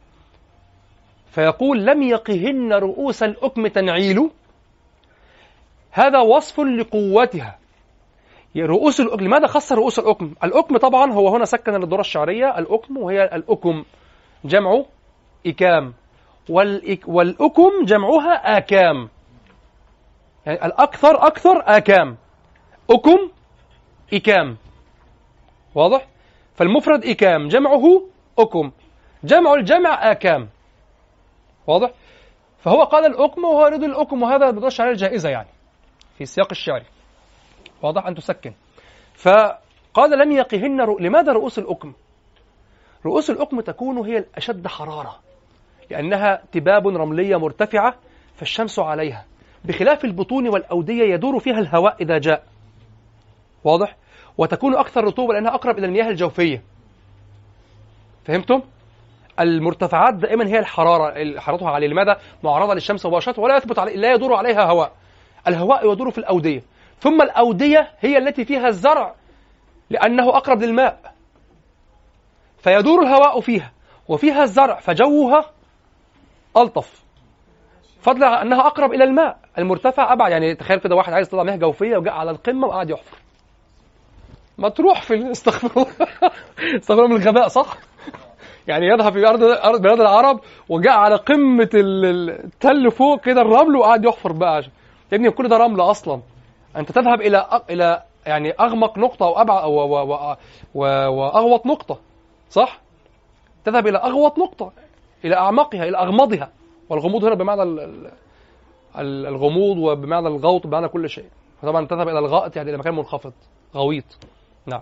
فيقول لم يقهن رؤوس الأكم تنعيل، هذا وصف لقوتها. رؤوس الأكم، لماذا خص رؤوس الأكم؟ الأكم طبعا هو هنا سكن للذرة الشعرية، الأكم وهي الأكم جمع إكام، والأكم جمعها آكام، يعني الأكثر أكثر آكام، أكم إكام، واضح؟ فالمفرد إكام، جمعه أكم، جمع الجمع آكام، واضح؟ فهو قال الأكم وهو يريد الأكم، وهذا بالذرة الشعرية الجائزة يعني في السياق الشعري، واضح أن تسكن. فقال لم يقهن لماذا رؤوس الأكم؟ رؤوس الأكم تكون هي الأشد حرارة، لأنها تباب رملية مرتفعة فالشمس عليها، بخلاف البطون والأودية يدور فيها الهواء إذا جاء، واضح؟ وتكون أكثر رطوبة لأنها أقرب إلى المياه الجوفية. فهمتم؟ المرتفعات دائما هي حرارتها عالية، لماذا؟ معرضة للشمس مباشرة ولا يثبت لا يدور عليها هواء، الهواء يدور في الأودية، ثم الأودية هي التي فيها الزرع لأنه أقرب للماء، فيدور الهواء فيها وفيها الزرع فجوها ألطف، فضلا عن أنها أقرب إلى الماء. المرتفع أبعد، يعني تخيل كده واحد عايز يطلع مياه جوفية وجاء على القمة وقعد يحفر، ما تروح في استغفر الله من الغباء، صح؟ يعني يذهب في بلاد العرب وجاء على قمة التل فوق كده الرمل وقعد يحفر بقى، يا ابني كل ده رمل أصلا، أنت تذهب إلى يعني أغمق نقطة أو أبعد وأغوط نقطة، صح؟ تذهب إلى أغوط نقطة، إلى أعمقها، إلى أغمضها، والغموض هنا بمعنى الغموض وبمعنى الغوط بمعنى كل شيء، فطبعا تذهب إلى الغائط يعني إلى مكان منخفض غويط، نعم.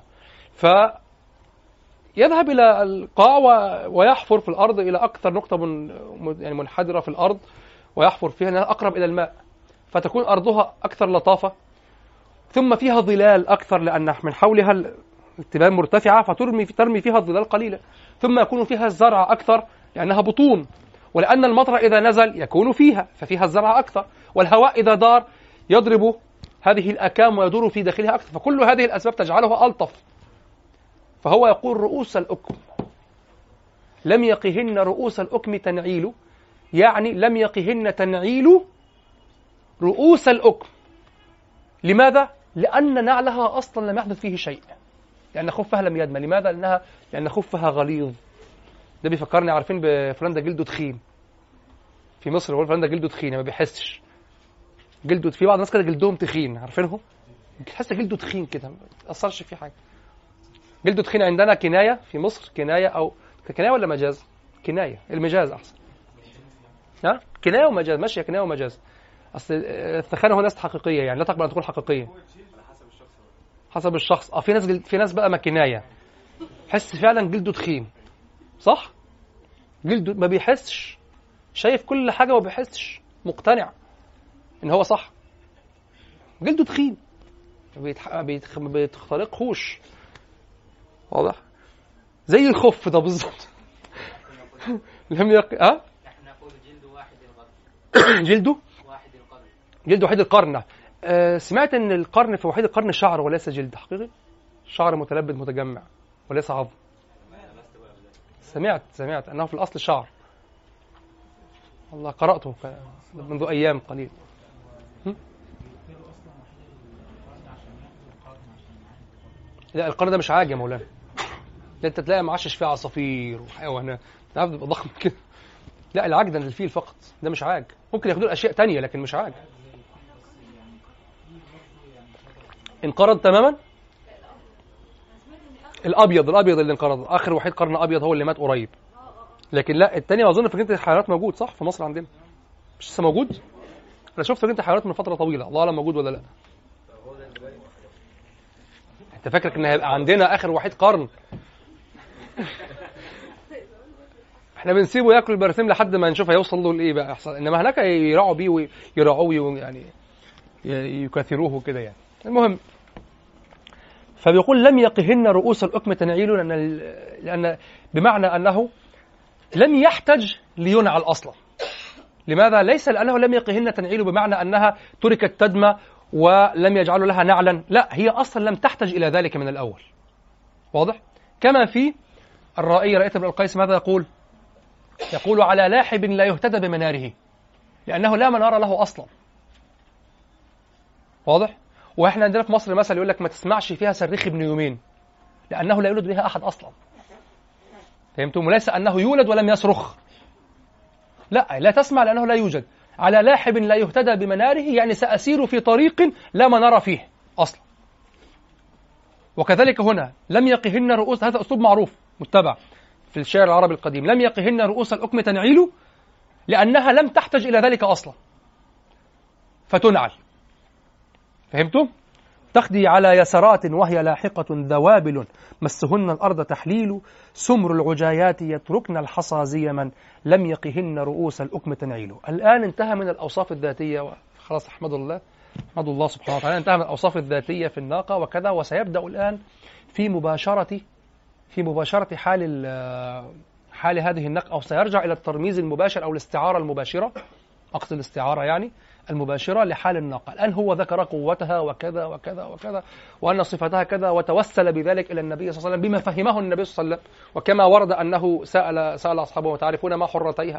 فيذهب إلى القاع ويحفر في الأرض إلى أكثر نقطة يعني منحدرة في الأرض ويحفر فيها لأنها أقرب إلى الماء، فتكون أرضها أكثر لطافة، ثم فيها ظلال أكثر لأن من حولها التباب مرتفعة فترمي فيها الظلال قليلة، ثم يكون فيها الزرع أكثر لأنها بطون، ولأن المطر إذا نزل يكون ففيها الزرع أكثر، والهواء إذا دار يضرب هذه الأكام ويدور في داخلها أكثر، فكل هذه الأسباب تجعلها ألطف. فهو يقول رؤوس الأكم لم يقهن رؤوس الأكم تنعيل، يعني لم يقهن تنعيل رؤوس الأكم. لماذا؟ لأن نعلها أصلا لم يحدث فيه شيء، لأن خفها لم يدمى. لماذا؟ لأن خفها غليظ. ده بيفكرني، عارفين بفلان ده جلده تخين في مصر، يقول فلان ده جلده تخين ما بيحسش جلده، في بعض الناس كده جلدهم تخين، عارفينه؟ بتحس جلده تخين كده ما تأثرش فيه حاجة. جلده تخين عندنا كناية في مصر، كناية أو كناية ولا مجاز؟ كناية، المجاز أحسن. ها؟ كناية ومجاز، ماشية كناية ومجاز. أصل الثخانة هو ناس حقيقية يعني لا تقبل أن تكون حقيقية. حسب الشخص. في ناس بقى مكناية، حس فعلا جلده تخين، صح؟ جلده ما بيحسش، شايف كل حاجة وما بيحسش، مقتنع إن هو صح. جلده تخين ما بيخترقهوش، واضح؟ زي الخف ده بالظبط. لم احنا نقول جلده واحد القرن. جلده وحيد القرن. سمعت ان القرن في وحيد القرن شعر وليس جلد حقيقي، شعر متلبد متجمع وليس عظم. سمعت انه في الاصل شعر، والله قرأته منذ ايام قليل. لا القرن ده مش عاج يا مولانا، انت تلاقي معشش فيه عصافير وحيوانات، تعرف تبقى ضخم كده. لا العاج ده الفيل فقط، ده مش عاج، ممكن ياخدوا اشياء تانية لكن مش عاج. انقرض تماما. الابيض اللي انقرض، اخر وحيد قرن ابيض هو اللي مات قريب، لكن لا الثاني اظن في جنينه الحيوانات موجود، صح؟ في مصر عندنا مش لسه موجود؟ انا شفت في جنينه الحيوانات من فتره طويله، الله اعلم موجود ولا لا. انت فاكرك ان هيبقى عندنا اخر وحيد قرن؟ احنا بنسيبه ياكل البرسيم لحد ما نشوف هيوصل له لايه بقى يحصل، انما هناك يراعوا بيه ويراعوه يعني يكثروه كده يعني. المهم، فبيقول لم يقهن رؤوس الأكم تنعيل، لأن بمعنى أنه لم يحتج لينعل أصلا. لماذا؟ ليس لأنه لم يقهن تنعيل بمعنى أنها تركت تدمى ولم يجعلوا لها نعلا، لا، هي أصلا لم تحتج إلى ذلك من الأول. واضح؟ كما في الرائي رأيت ابن القيس ماذا يقول؟ يقول على لاحب لا يهتدى بمناره، لأنه لا منار له أصلا. واضح؟ وإحنا عندنا في مصر مثل يقول لك ما تسمعش فيها صريخ ابن يومين، لأنه لا يولد بها أحد أصلا. فهمتم؟ وليس أنه يولد ولم يصرخ، لا تسمع لأنه لا يوجد. على لاحب لا يهتدى بمناره يعني سأسير في طريق لا منار فيه أصلا. وكذلك هنا لم يقهن رؤوس، هذا أسلوب معروف متبع في الشعر العربي القديم، لم يقهن رؤوس الأكم تنعيل لأنها لم تحتج إلى ذلك أصلا فتنعل. فهمتم؟ تخدي على يسرات وهي لاحقة ذوابل مسهن الأرض تحليل، سمر العجايات يتركن الحصى زيما لم يقهن رؤوس الأكم تنعيل. الآن انتهى من الأوصاف الذاتية، خلاص أحمد الله سبحانه وتعالى، انتهى من الأوصاف الذاتية في الناقة وكذا، وسيبدأ الآن في مباشرة حال هذه الناقة، أو سيرجع إلى الترميز المباشر أو الاستعارة المباشرة، أقصد الاستعارة يعني المباشرة لحال الناقة. الآن هو ذكر قوتها وكذا وكذا وكذا وأن صفتها كذا، وتوسل بذلك إلى النبي صلى الله عليه وسلم بما فهمه النبي صلى الله عليه وسلم، وكما ورد أنه سأل أصحابه وتعرفون ما حرتيها،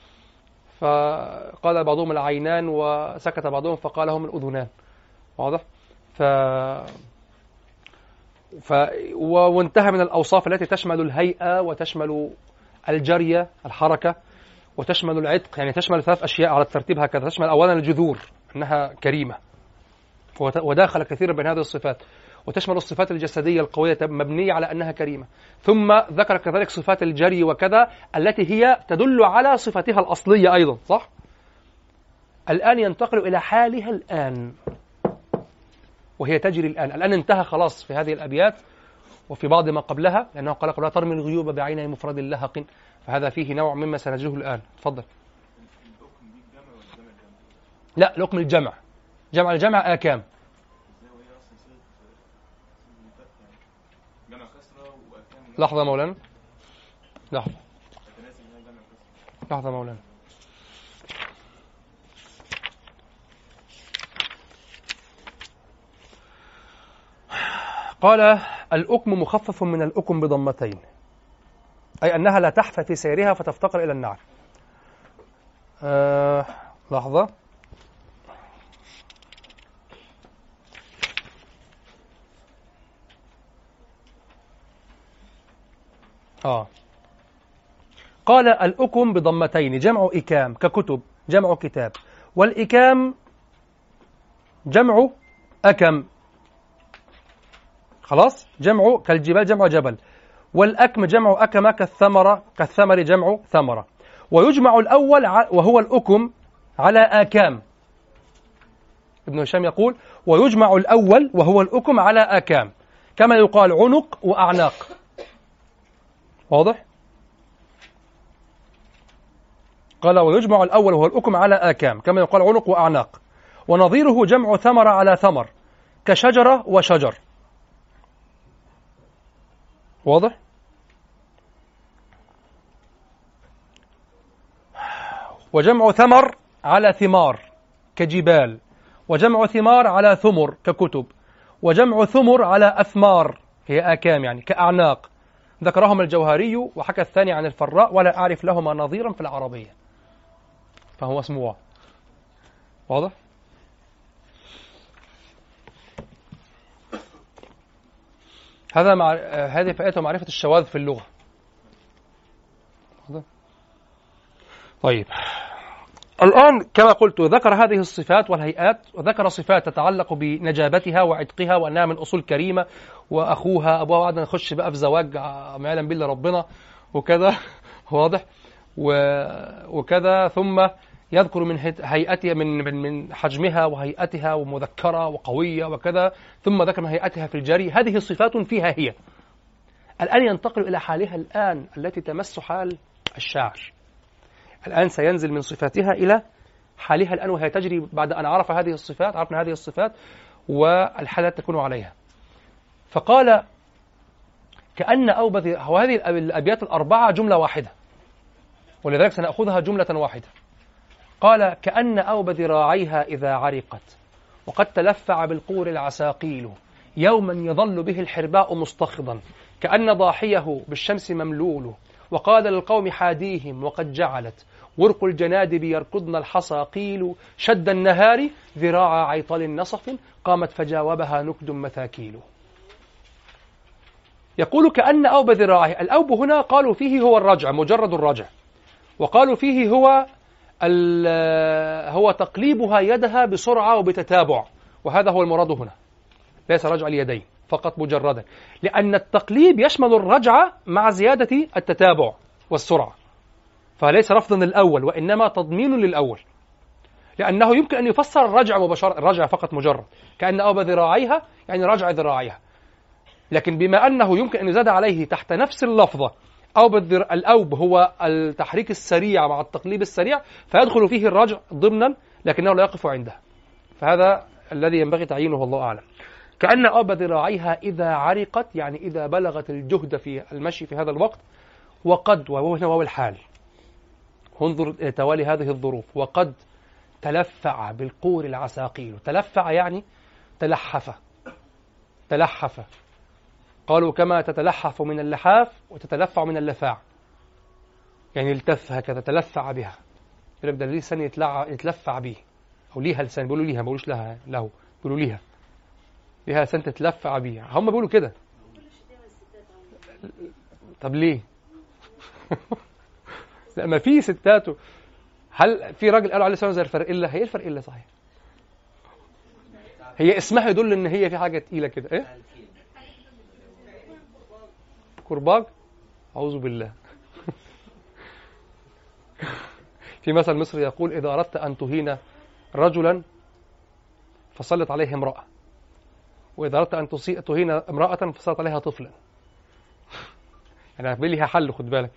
فقال بعضهم العينان وسكت بعضهم فقال هم الأذنان. واضح؟ وانتهى من الأوصاف التي تشمل الهيئة وتشمل الجرية الحركة وتشمل العتق، يعني تشمل 3 أشياء على الترتيب هكذا. تشمل أولا الجذور أنها كريمة وداخل كثيرا بين هذه الصفات، وتشمل الصفات الجسدية القوية مبنية على أنها كريمة، ثم ذكر كذلك صفات الجري وكذا التي هي تدل على صفتها الأصلية أيضا، صح؟ الآن ينتقل إلى حالها الآن وهي تجري الآن انتهى خلاص في هذه الأبيات وفي بعض ما قبلها، لأنه قال قبلها ترمي الغيوب بعين مفرد لهق، فهذا فيه نوع مما سنجده الآن. تفضل. لا، الأكم الجمع، جمع الجمع آكام. لحظة مولانا، لحظة مولانا. قال الأكم مخفف من الأكم بضمتين، أي أنها لا تحفى في سيرها فتفتقر إلى النعل. لحظة. قال الأكم بضمتين جمع إكام ككتب جمع كتاب، والإكام جمع أكم، خلاص، جمع كالجبال جمع جبل، والأكم جمع أكم كالثمر جمع ثمرة. ويجمع الأول وهو الأكم على آكام. ابن هشام يقول ويجمع الأول وهو الأكم على آكام، كما يقال عنق وأعناق. واضح؟ قال ويجمع الأول وهو الأكم على آكام كما يقال عنق وأعناق. ونظيره جمع ثمر على ثمر كشجرة وشجر. واضح؟ وجمع ثمر على ثمار كجبال، وجمع ثمار على ثمر ككتب، وجمع ثمر على أثمار هي آكام يعني كأعناق. ذكرهم الجوهري وحكى الثاني عن الفراء ولا أعرف لهما نظيرا في العربية، فهو اسمه. واضح؟ هذه فائدة معرفة الشواذ في اللغة. طيب، الآن كما قلت ذكر هذه الصفات والهيئات، وذكر صفات تتعلق بنجابتها وعتقها وأنها من أصول كريمة، وأخوها أبوها وعدنا نخش بقى في زواج ما يعلم بالله ربنا وكذا. واضح؟ وكذا، ثم يذكر من هيئتها من حجمها وهيئتها ومذكرة وقوية وكذا، ثم ذكر من هيئتها في الجري. هذه الصفات فيها هي. الآن ينتقل إلى حالها الآن التي تمس حال الشاعر. الآن سينزل من صفاتها إلى حالها الآن وهي تجري بعد أن عرفنا هذه الصفات والحالة تكون عليها. فقال كأن أوبذ، وهذه الأبيات الأربعة جملة واحدة، ولذلك سنأخذها جملة واحدة. قال كأن أوب ذراعيها إذا عرقت وقد تلفع بالقور العساقيل يوما يظل به الحرباء مستخضا كأن ضاحيه بالشمس مملول وقال للقوم حاديهم وقد جعلت ورق الجنادب يركضن الحصى قيل شد النهار ذراع عيطل نصف قامت فجاوبها نكد مثاكيل. يقول كأن أوب ذراعه. الأوب هنا قالوا فيه هو الرجع، مجرد الرجع، وقالوا فيه هو تقليبها يدها بسرعة وبتتابع، وهذا هو المراد هنا، ليس رجع اليدين فقط مجردا، لأن التقليب يشمل الرجعة مع زيادة التتابع والسرعة، فليس رفضا للأول وإنما تضمين للأول، لأنه يمكن أن يفسر الرجع مباشرة، الرجع فقط مجرد كأن أوب ذراعيها يعني رجع ذراعيها، لكن بما أنه يمكن أن يزاد عليه تحت نفس اللفظة الأوب هو التحريك السريع مع التقليب السريع، فيدخل فيه الرجع ضمنا لكنه لا يقف عنده، فهذا الذي ينبغي تعيينه والله أعلم. كأن أوب ذراعيها إذا عرقت يعني إذا بلغت الجهد في المشي في هذا الوقت، وقد وهو الحال، انظر توالي هذه الظروف، وقد تلفع بالقور العساقيل. تلفع يعني تلحف، قالوا كما تتلحف من اللحاف وتتلفع من اللفاع، يعني التف هكذا تلفع بها، يقول ده ليه لسان يتلفع به، أو ليها لسان، بيقولوا ليها، ما بيقولوش لها له، بيقولوا ليها لسان تتلفع به، هم بيقولوا كده. طب ليه؟ لا ما في ستاته. هل في راجل قالوا عليه لسانه زي الفرقلة؟ هي الفرقلة صحيح، هي اسمها يدل ان هي في حاجة تقيلة كده. ايه؟ كرباج؟ أعوذ بالله. في مثل مصري يقول إذا أردت أن تهين رجلا فسلط عليه امرأة، وإذا أردت أن تهين امرأة فسلط عليها طفلا. يعني ليها حل، خد بالك.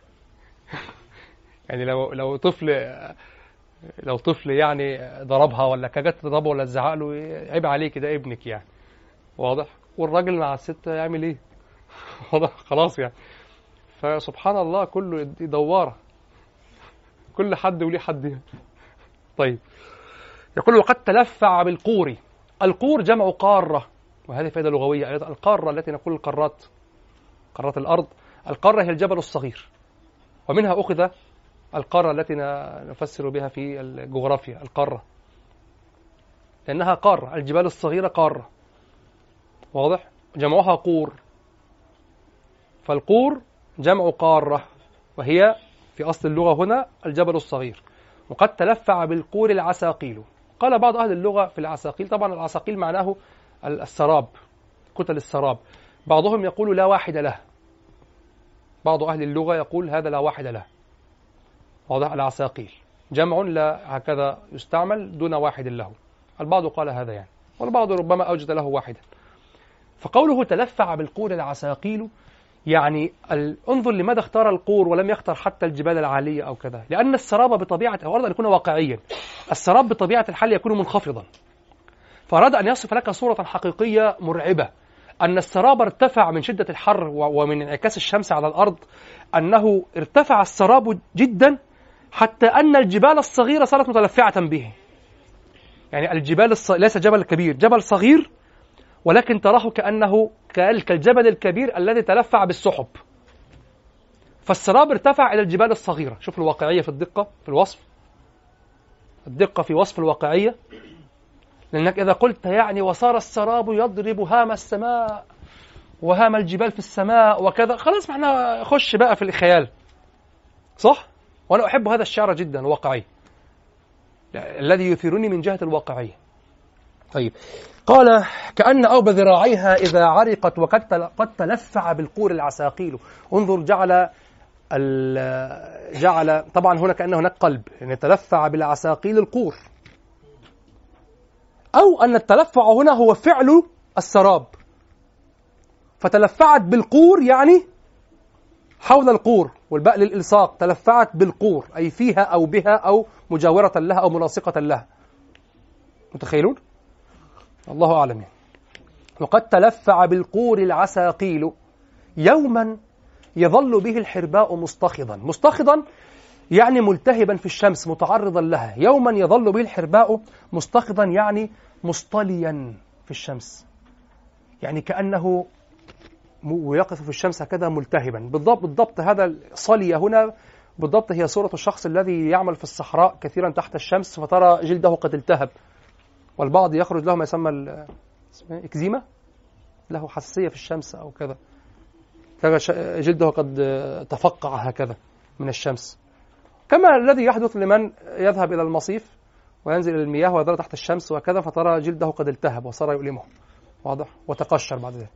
يعني لو طفل يعني ضربها ولا كجت تضربه ولا تزعق له، عيب عليك ده ابنك يعني، واضح؟ والراجل مع الست يعمل ايه؟ خلاص يعني. فسبحان الله كله دوارة، كل حد وليه حد يعني. طيب يقول وقد تلفع بالقور. القور جمع قارة، وهذه فائدة لغوية. القارة التي نقول القارات، قارات الأرض، القارة هي الجبل الصغير، ومنها أخذ القارة التي نفسر بها في الجغرافيا القارة، لأنها قارة، الجبال الصغيرة قارة، واضح؟ جمعها قور، فالقور جمع قارة، وهي في أصل اللغة هنا الجبل الصغير. وقد تلفع بالقور العساقيل. قال بعض أهل اللغة في العساقيل، طبعا العساقيل معناه السراب، كتل السراب، بعضهم يقول لا واحد له، بعض أهل اللغة يقول هذا لا واحد له، واضح؟ العساقيل جمع لا هكذا يستعمل دون واحد له، البعض قال هذا يعني، والبعض ربما أوجد له واحدا. فقوله تلفع بالقور العساقيل يعني انظر لماذا اختار القور ولم يختار حتى الجبال العالية أو كذا، لأن السراب بطبيعة، أو أراد أن يكون واقعيا، السراب بطبيعة الحال يكون منخفضا، فأراد أن يصف لك صورة حقيقية مرعبة، أن السراب ارتفع من شدة الحر ومن انعكاس الشمس على الأرض، أنه ارتفع السراب جدا حتى أن الجبال الصغيرة صارت متلفعة به. يعني الجبال ليس جبل كبير، جبل صغير، ولكن تراه كأنه كالجبل الكبير الذي تلفع بالسحب، فالسراب ارتفع إلى الجبال الصغيرة. شوف الواقعية في الدقة في الوصف، الدقة في وصف الواقعية، لأنك إذا قلت يعني وصار السراب يضرب هام السماء وهام الجبال في السماء وكذا، خلاص ما احنا خش بقى في الخيال، صح؟ وأنا أحب هذا الشعر جدا الواقعي الذي يثيرني من جهة الواقعية. طيب قال كأن أوب ذراعيها إذا عرقت وقد تلفع بالقور العساقيل. انظر جعل طبعا هنا كأنه هناك قلب، يعني تلفع بالعساقيل القور، أو أن التلفع هنا هو فعل السراب، فتلفعت بالقور يعني حول القور، والباء للإلصاق، تلفعت بالقور أي فيها أو بها أو مجاورة لها أو ملاصقة لها. متخيلون؟ الله أعلم. وقد تلفع بالقور العساقيل يوما يظل به الحرباء مستخضا. مستخضا يعني ملتهبا في الشمس متعرضا لها. يوما يظل به الحرباء مستخضا يعني مصطليا في الشمس، يعني كأنه ويقف في الشمس هكذا ملتهبا. بالضبط هذا الصلية هنا بالضبط هي صورة الشخص الذي يعمل في الصحراء كثيرا تحت الشمس فترى جلده قد التهب، والبعض يخرج له ما يسمى إكزيما، له حساسية في الشمس أو كذا، جلده قد تفقع هكذا من الشمس، كما الذي يحدث لمن يذهب إلى المصيف وينزل إلى المياه ويظل تحت الشمس وكذا فترى جلده قد التهب وصار يؤلمه، واضح، وتقشر بعد ذلك.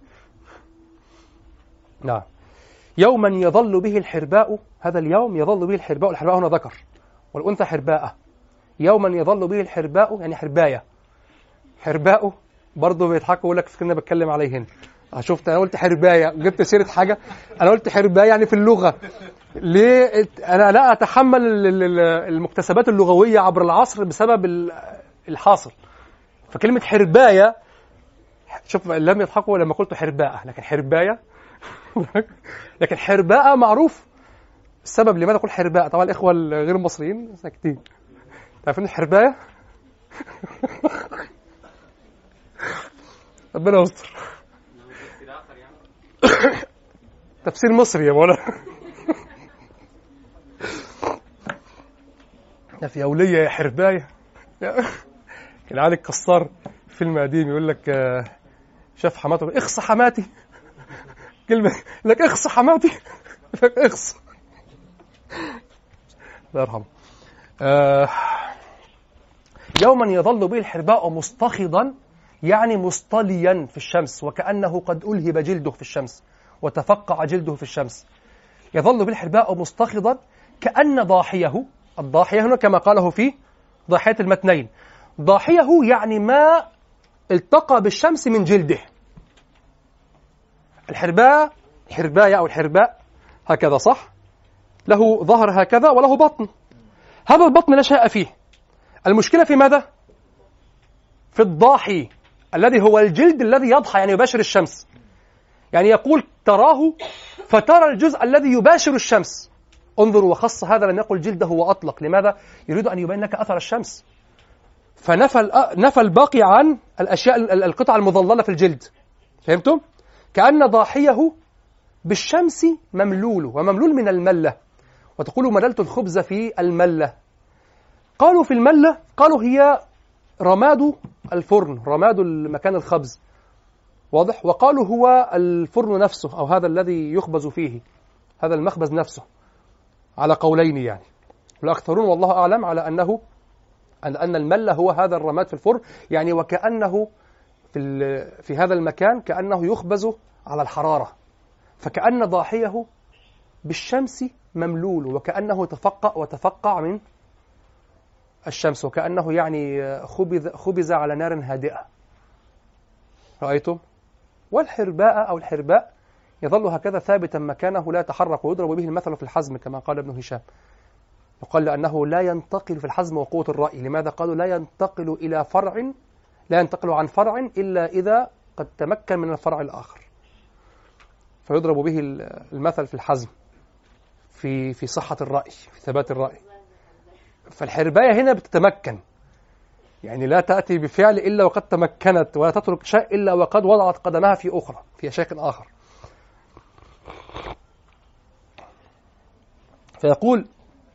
نعم. يوما يظل به الحرباء، هذا اليوم يظل به الحرباء، الحرباء هنا ذكر والأنثى حرباء. يوما يظل به الحرباء يعني حرباية، حرباء برضه بيضحكوا يقول لك فكرنا بتكلم عليهن. شفت انا قلت حرباية جبت سيرة حاجة، انا قلت حرباية يعني في اللغة. ليه انا لا اتحمل المكتسبات اللغوية عبر العصر بسبب الحاصل. فكلمة حرباية، شوف لم يضحكوا لما قلت حرباء، لكن حرباية لكن حرباء معروف السبب لماذا أقول حرباء. طبعا الإخوة الغير المصريين ساكتين، تعرفين الحرباية ربنا يستر. تفسير مصري يا مولانا. في أولية يا حرباية. كان علي الكسار فيلم قديم يقول لك شاف حماته اخص حماتي، كلمة لك اخص حماتي اخص، الله يرحمه. يوما يظل به الحرباء مستخضا يعني مصطليا في الشمس وكأنه قد ألهب جلده في الشمس وتفقع جلده في الشمس. يظل به الحرباء مستخضا كأن ضاحيه، الضاحية هنا كما قاله في ضاحية المتنين، ضاحيه يعني ما التقى بالشمس من جلده. الحرباية أو الحرباء هكذا صح، له ظهر هكذا وله بطن، هذا البطن لا شيء فيه. المشكلة في ماذا؟ في الضاحي الذي هو الجلد الذي يضحى يعني يباشر الشمس، يعني يقول تراه فترى الجزء الذي يباشر الشمس. انظروا، وخص هذا لم يقل جلده وأطلق، لماذا؟ يريد أن يبين لك أثر الشمس، فنفى الباقي عن الأشياء القطع المظللة في الجلد. فهمتم؟ كأن ضاحيه بالشمس مملول، ومملول من الملة، وتقول مللت الخبز في الملة. قالوا في الملة، قالوا هي رماد الفرن، رماد مكان الخبز، واضح، وقالوا هو الفرن نفسه أو هذا الذي يخبز فيه، هذا المخبز نفسه، على قولين يعني. والأكثرون والله أعلم على أنه أن الملة هو هذا الرماد في الفرن، يعني وكأنه في هذا المكان كأنه يخبز على الحرارة، فكأن ضاحيه بالشمس مملول وكأنه تفقع من الشمس، وكأنه يعني خبز على نار هادئة. رأيتم؟ والحرباء أو الحرباء يظل هكذا ثابتا مكانه لا يتحرك، ويضرب به المثل في الحزم كما قال ابن هشام، وقال لأنه لا ينتقل في الحزم وقوة الرأي. لماذا قالوا لا ينتقل إلى فرع، لا ينتقل عن فرع إلا إذا قد تمكن من الفرع الآخر، فيضرب به المثل في الحزم في صحة الرأي، في ثبات الرأي. فالحرباية هنا بتتمكن، يعني لا تأتي بفعل إلا وقد تمكنت، ولا تترك شيء إلا وقد وضعت قدمها في أخرى في شيء آخر. فيقول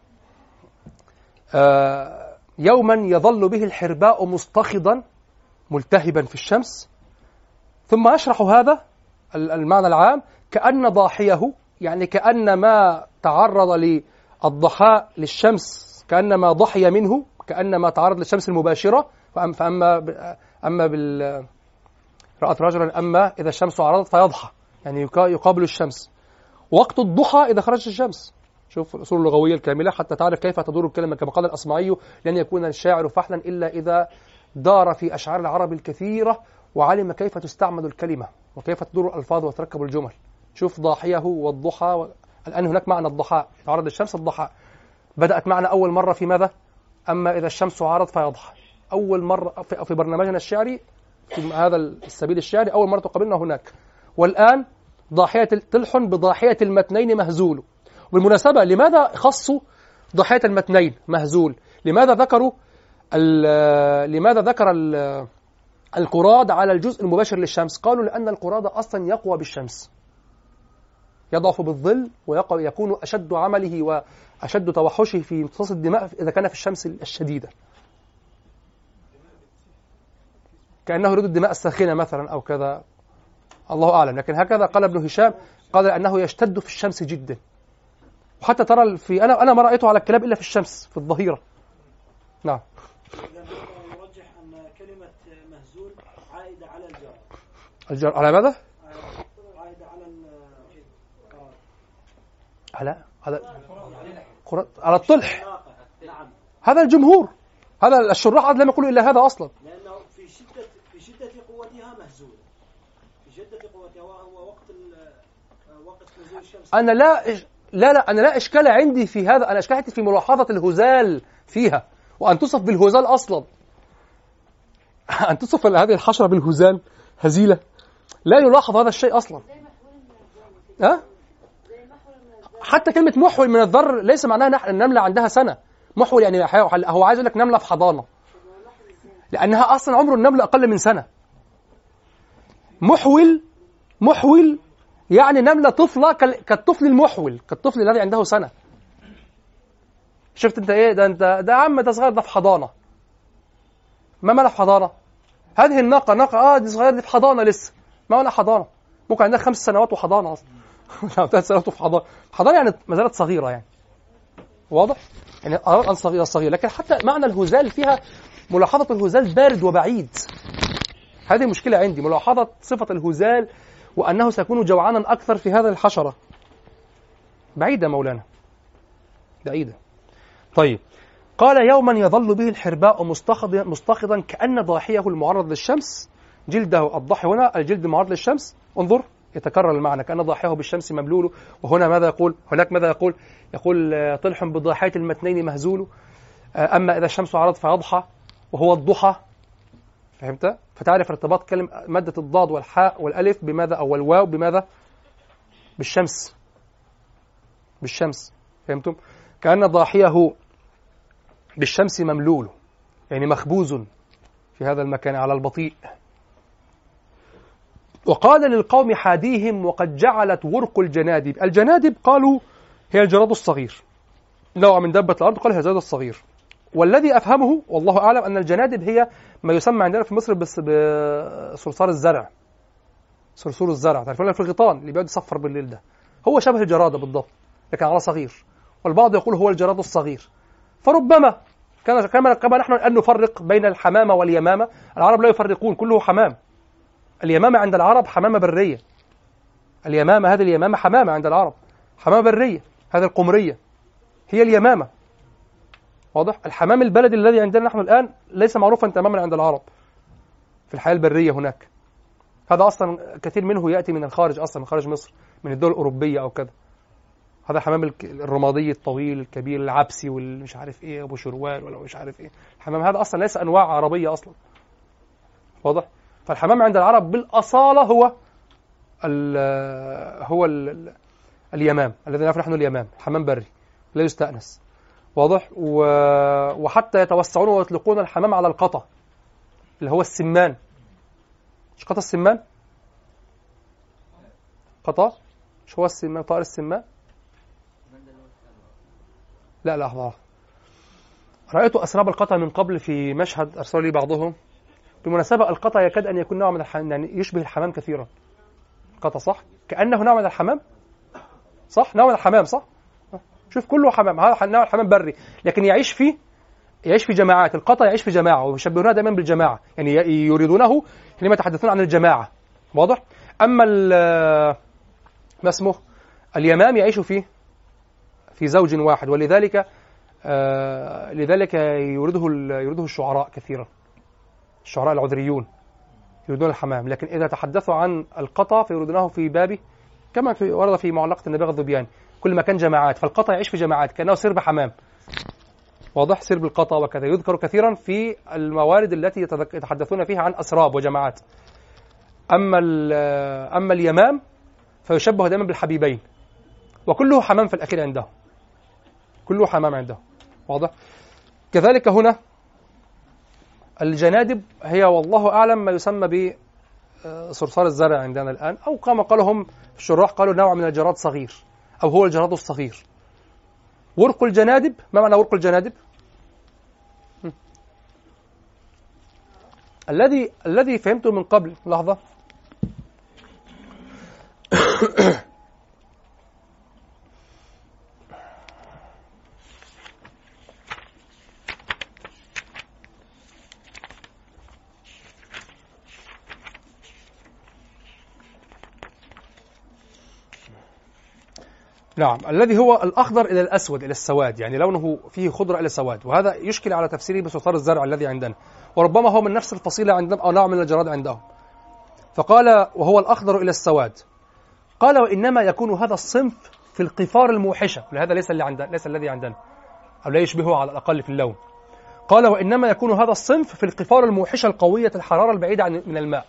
يوما يظل به الحرباء مستخضا ملتهبا في الشمس، ثم يشرح هذا المعنى العام كأن ضاحيه، يعني كأن ما تعرض للضحاء للشمس كأن ما ضحي منه، كأن ما تعرض للشمس المباشرة. أما رأت رجلا، أما إذا الشمس عرضت فيضحى، يعني يقابل الشمس. وقت الضحى إذا خرجت الشمس. شوف الأصول اللغوية الكاملة حتى تعرف كيف تدور الكلمة، كما قال الأصمعي: لن يكون الشاعر فحلا إلا إذا دار في أشعار العرب الكثيرة وعلم كيف تستعمل الكلمة وكيف تدور الألفاظ وتركب الجمل. شوف ضاحيه والضحى، الآن هناك معنى الضحى، تعرض الشمس الضحى، بدأت معنا أول مرة في ماذا؟ أما إذا الشمس عرض فيضحى، أول مرة في برنامجنا الشعري في هذا السبيل الشعري، أول مرة تقابلنا هناك. والآن ضاحية تلحن بضاحية المتنين مهزول. وبالمناسبة لماذا خصوا ضحية المتنين مهزول. لماذا ذكر القراد على الجزء المباشر للشمس؟ قالوا لأن القراد أصلا يقوى بالشمس، يضعف بالظل ويكون أشد عمله وأشد توحشه في امتصاص الدماء إذا كان في الشمس الشديدة، كأنه يريد الدماء الساخنة مثلا أو كذا، الله أعلم. لكن هكذا قال ابن هشام، قال أنه يشتد في الشمس جدا. وحتى ترى أنا ما رأيته على الكلاب إلا في الشمس في الظهيرة. نعم. يرجح أن كلمة مهزول عائدة على الجار على ماذا؟ عائدة على الطلح. هذا الجمهور، هذا الشراح لم يقولوا إلا هذا أصلا، لأنه في شدة قوتها مهزولة، في شدة قوتها، وهو وقت نزول الشمس. أنا أنا لا إشكال عندي في هذا، أنا إشكال في ملاحظة الهزال فيها، وأن تصف بالهزال أصلا، أن تصف هذه الحشرة بالهزال هزيلة، لا يلاحظ هذا الشيء أصلا. حتى كلمة محول من الذر ليس معناها النملة عندها سنة. محول يعني هو عايز يقول لك نملة في حضانة، لأنها أصلا عمر النملة أقل من سنة. محول يعني نملة طفلة كالطفل المحول، كالطفل الذي عنده سنة. شفت انت ايه ده عم ده صغير، ده في حضانة. ما معنى في حضانة؟ هذه الناقة دي صغيرة، دي في حضانة لسه. ما معنى حضانة؟ ممكن عندها 5 سنوات وحضانة أصلا. 3 سنوات في حضانة يعني ما زالت صغيرة يعني. واضح؟ يعني أن صغيرة، لكن حتى معنى الهزال فيها ملاحظة الهزال بارد وبعيد. هذه مشكلة عندي، ملاحظة صفة الهزال وأنه سيكون جوعانا أكثر في هذا الحشرة. بعيدة مولانا، بعيدة. طيب، قال يوما يظل به الحرباء مستخضا كأن ضاحيه المعرض للشمس، جلده الضحي هنا الجلد المعرض للشمس. انظر، يتكرر المعنى، كأن ضاحيه بالشمس مبلول. وهنا ماذا يقول؟ هناك ماذا يقول؟ يقول طلح بضاحية المتنين مهزول. أما إذا الشمس عرض فيضحى، وهو الضحى. فهمت؟ فتعرف ارتباط كلمة مادة الضاد والحاء والألف بماذا، أو الواو بماذا؟ بالشمس. فهمتم؟ كأن ضاحيه بالشمس مملول، يعني مخبوز في هذا المكان على البطيء. وقال للقوم حاديهم وقد جعلت ورق الجنادب قالوا هي الجراد الصغير، نوع من دابة الأرض، قال هي الجراد الصغير. والذي أفهمه والله أعلم أن الجنادب هي ما يسمى عندنا في مصر بصرصار الزرع، صرصور الزرع، تعرفون في الغيطان اللي بيقعد يصفر بالليل ده، هو شبه الجرادة بالضبط لكن على صغير. والبعض يقول هو الجراد الصغير. فربما كما نحن الآن نفرق بين الحمامة واليمامة، العرب لا يفرقون، كله حمام. اليمامة عند العرب حمامة برية، اليمامة هذه اليمامة حمامة عند العرب، حمامة برية. هذه القمرية هي اليمامة. واضح؟ الحمام البلدي الذي عندنا نحن الآن ليس معروفا تماما عند العرب في الحياة البرية هناك. هذا أصلا كثير منه يأتي من الخارج، أصلا من خارج مصر، من الدول الأوروبية أو كذا. هذا حمام الرمادي الطويل الكبير العبسي والمش عارف إيه أبو شروال ولا مش عارف إيه. الحمام هذا أصلا ليس أنواع عربية أصلا. واضح؟ فالحمام عند العرب بالأصالة هو اليمام الذي نعرف نحن، اليمام حمام بري لا يستأنس. واضح؟ وحتى يتوسعون ويطلقون الحمام على القطا اللي هو السمان. مش قطا السمان؟ قطا مش هو السمان، طائر السمان؟ لا لحظة، رأيت أسراب القطا من قبل في مشهد أرسل لي بعضهم. بالمناسبة القطا يكاد أن يكون نوع من الحمام، يعني يشبه الحمام كثيرا. قطا صح؟ كأنه نوع من الحمام، صح؟ نوع من الحمام صح؟ شوف كله حمام، هذا نوع الحمام بري، لكن يعيش في جماعات. القطا يعيش في جماعة، ويشبهونها دائما بالجماعة، يعني يريدونه حينما يتحدثون عن الجماعة. واضح؟ أما ما اسمه اليمام يعيش في زوج واحد، ولذلك لذلك يريده الشعراء كثيرا، الشعراء العذريون يريدون الحمام. لكن إذا تحدثوا عن القطا فيريدونه في بابه، كما ورد في معلقة النبي الذبياني، كل ما كان جماعات، فالقطا يعيش في جماعات كأنه سرب حمام. واضح؟ سرب القطا وكذا يذكر كثيرا في الموارد التي يتحدثون فيها عن أسراب وجماعات. أما اليمام فيشبه دائما بالحبيبين، وكله حمام في الأخير عندهم، كله حمام عندهم. واضح؟ كذلك هنا الجنادب هي والله أعلم ما يسمى بصرصار الزرع عندنا الآن، أو كما قالهم الشراح قالوا نوع من الجراد صغير، أو هو الجراد الصغير. ورق الجنادب، ما معنى ورق الجنادب؟ الذي فهمته من قبل. لحظة. نعم، الذي هو الأخضر إلى الأسود إلى السواد، يعني لونه فيه خضرة إلى سواد، وهذا يشكل على تفسيره بصرصار الزرع الذي عندنا، وربما هو من نفس الفصيلة عندهم أو نوع من الجراد عندهم. فقال وهو الأخضر إلى السواد. قال وإنما يكون هذا الصنف في القفار الموحشة، ولهذا ليس الذي عندنا، أو لا يشبهه على الأقل في اللون. قال وإنما يكون هذا الصنف في القفار الموحشة القوية الحرارة البعيدة من الماء.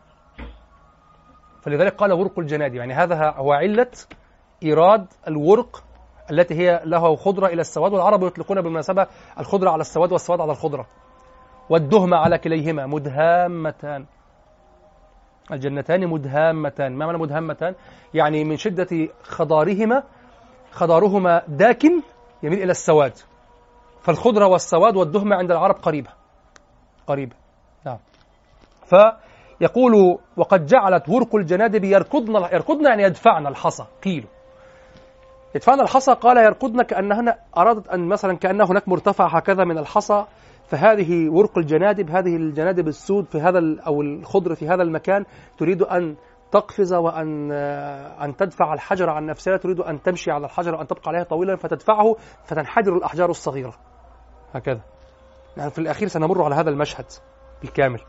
فلذلك قال ورق الجنادب، يعني هذا هو علة إيراد الورق التي هي له خضرة إلى السواد، والعرب يطلقون بالمناسبة الخضرة على السواد والسواد على الخضرة، والدهمة على كليهما، مدهامتان. الجنتان مدهامتان. ما معنى مدهامتان؟ يعني من شدة خضارهما داكن يميل إلى السواد، فالخضرة والسواد والدهمة عند العرب قريبة. نعم. فيقول وقد جعلت ورق الجنادب يركضن يعني يدفعن الحصى. قيل يدفعن الحصى، قال يركضن كأنهن أرادت أن مثلا كأن هناك مرتفع هكذا من الحصى، فهذه ورق الجنادب، هذه الجنادب السود في هذا أو الخضر في هذا المكان تريد أن تقفز وأن تدفع الحجر عن نفسها، تريد أن تمشي على الحجر وأن تبقى عليها طويلا فتدفعه فتنحدر الأحجار الصغيرة هكذا. يعني في الأخير سنمر على هذا المشهد بالكامل.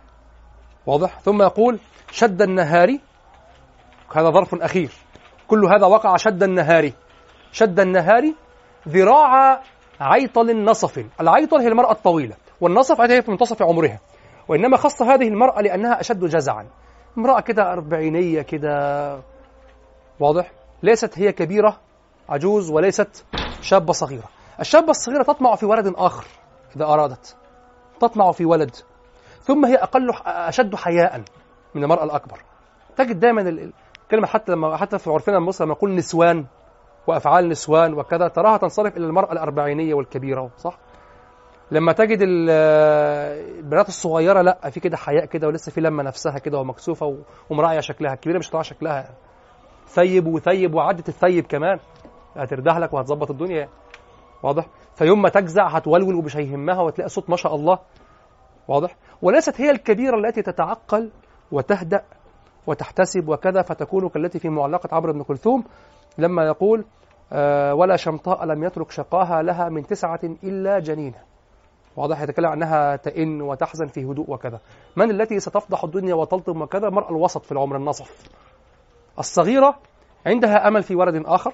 واضح؟ ثم يقول شد النهاري، هذا ظرف أخير، كل هذا وقع شد النهاري ذراع عيطل نصف. العيطل هي المرأة الطويلة، والنصف هي في منتصف عمرها، وإنما خص هذه المرأة لأنها أشد جزعا. امرأة كده أربعينية كده، واضح؟ ليست هي كبيرة عجوز وليست شابة صغيرة. الشابة الصغيرة تطمع في ولد آخر إذا أرادت، تطمع في ولد، ثم هي أشد حياء من المرأة الأكبر. تجد دائما الكلمة حتى في عرفنا المصري لما نقول نسوان وأفعال نسوان وكذا، تراها تنصرف إلى المرأة الأربعينية والكبيرة، صح؟ لما تجد البنات الصغيرة لا، في كده حياء كده ولسه في لما نفسها كده ومكسوفة ومراعية شكلها. الكبيرة مش تراعي شكلها، ثيب وعدت الثيب كمان هتردح لك وهتظبط الدنيا، واضح؟ فيوم ما تجزع هتولول ومش هيهمها وتلاقي صوت ما شاء الله، واضح؟ وليست هي الكبيرة التي تتعقل وتهدأ وتحتسب وكذا، فتكون كالتي في معلقة عمرو بن كلثوم لما يقول ولا شمطاء لم يترك شقاها لها من 9 إلا جنينها. واضح؟ يتكلم عنها تئن وتحزن في هدوء وكذا. من التي ستفضح الدنيا وتلطم وكذا؟ المرأة الوسط في العمر، النصف. الصغيرة عندها أمل في ولد آخر،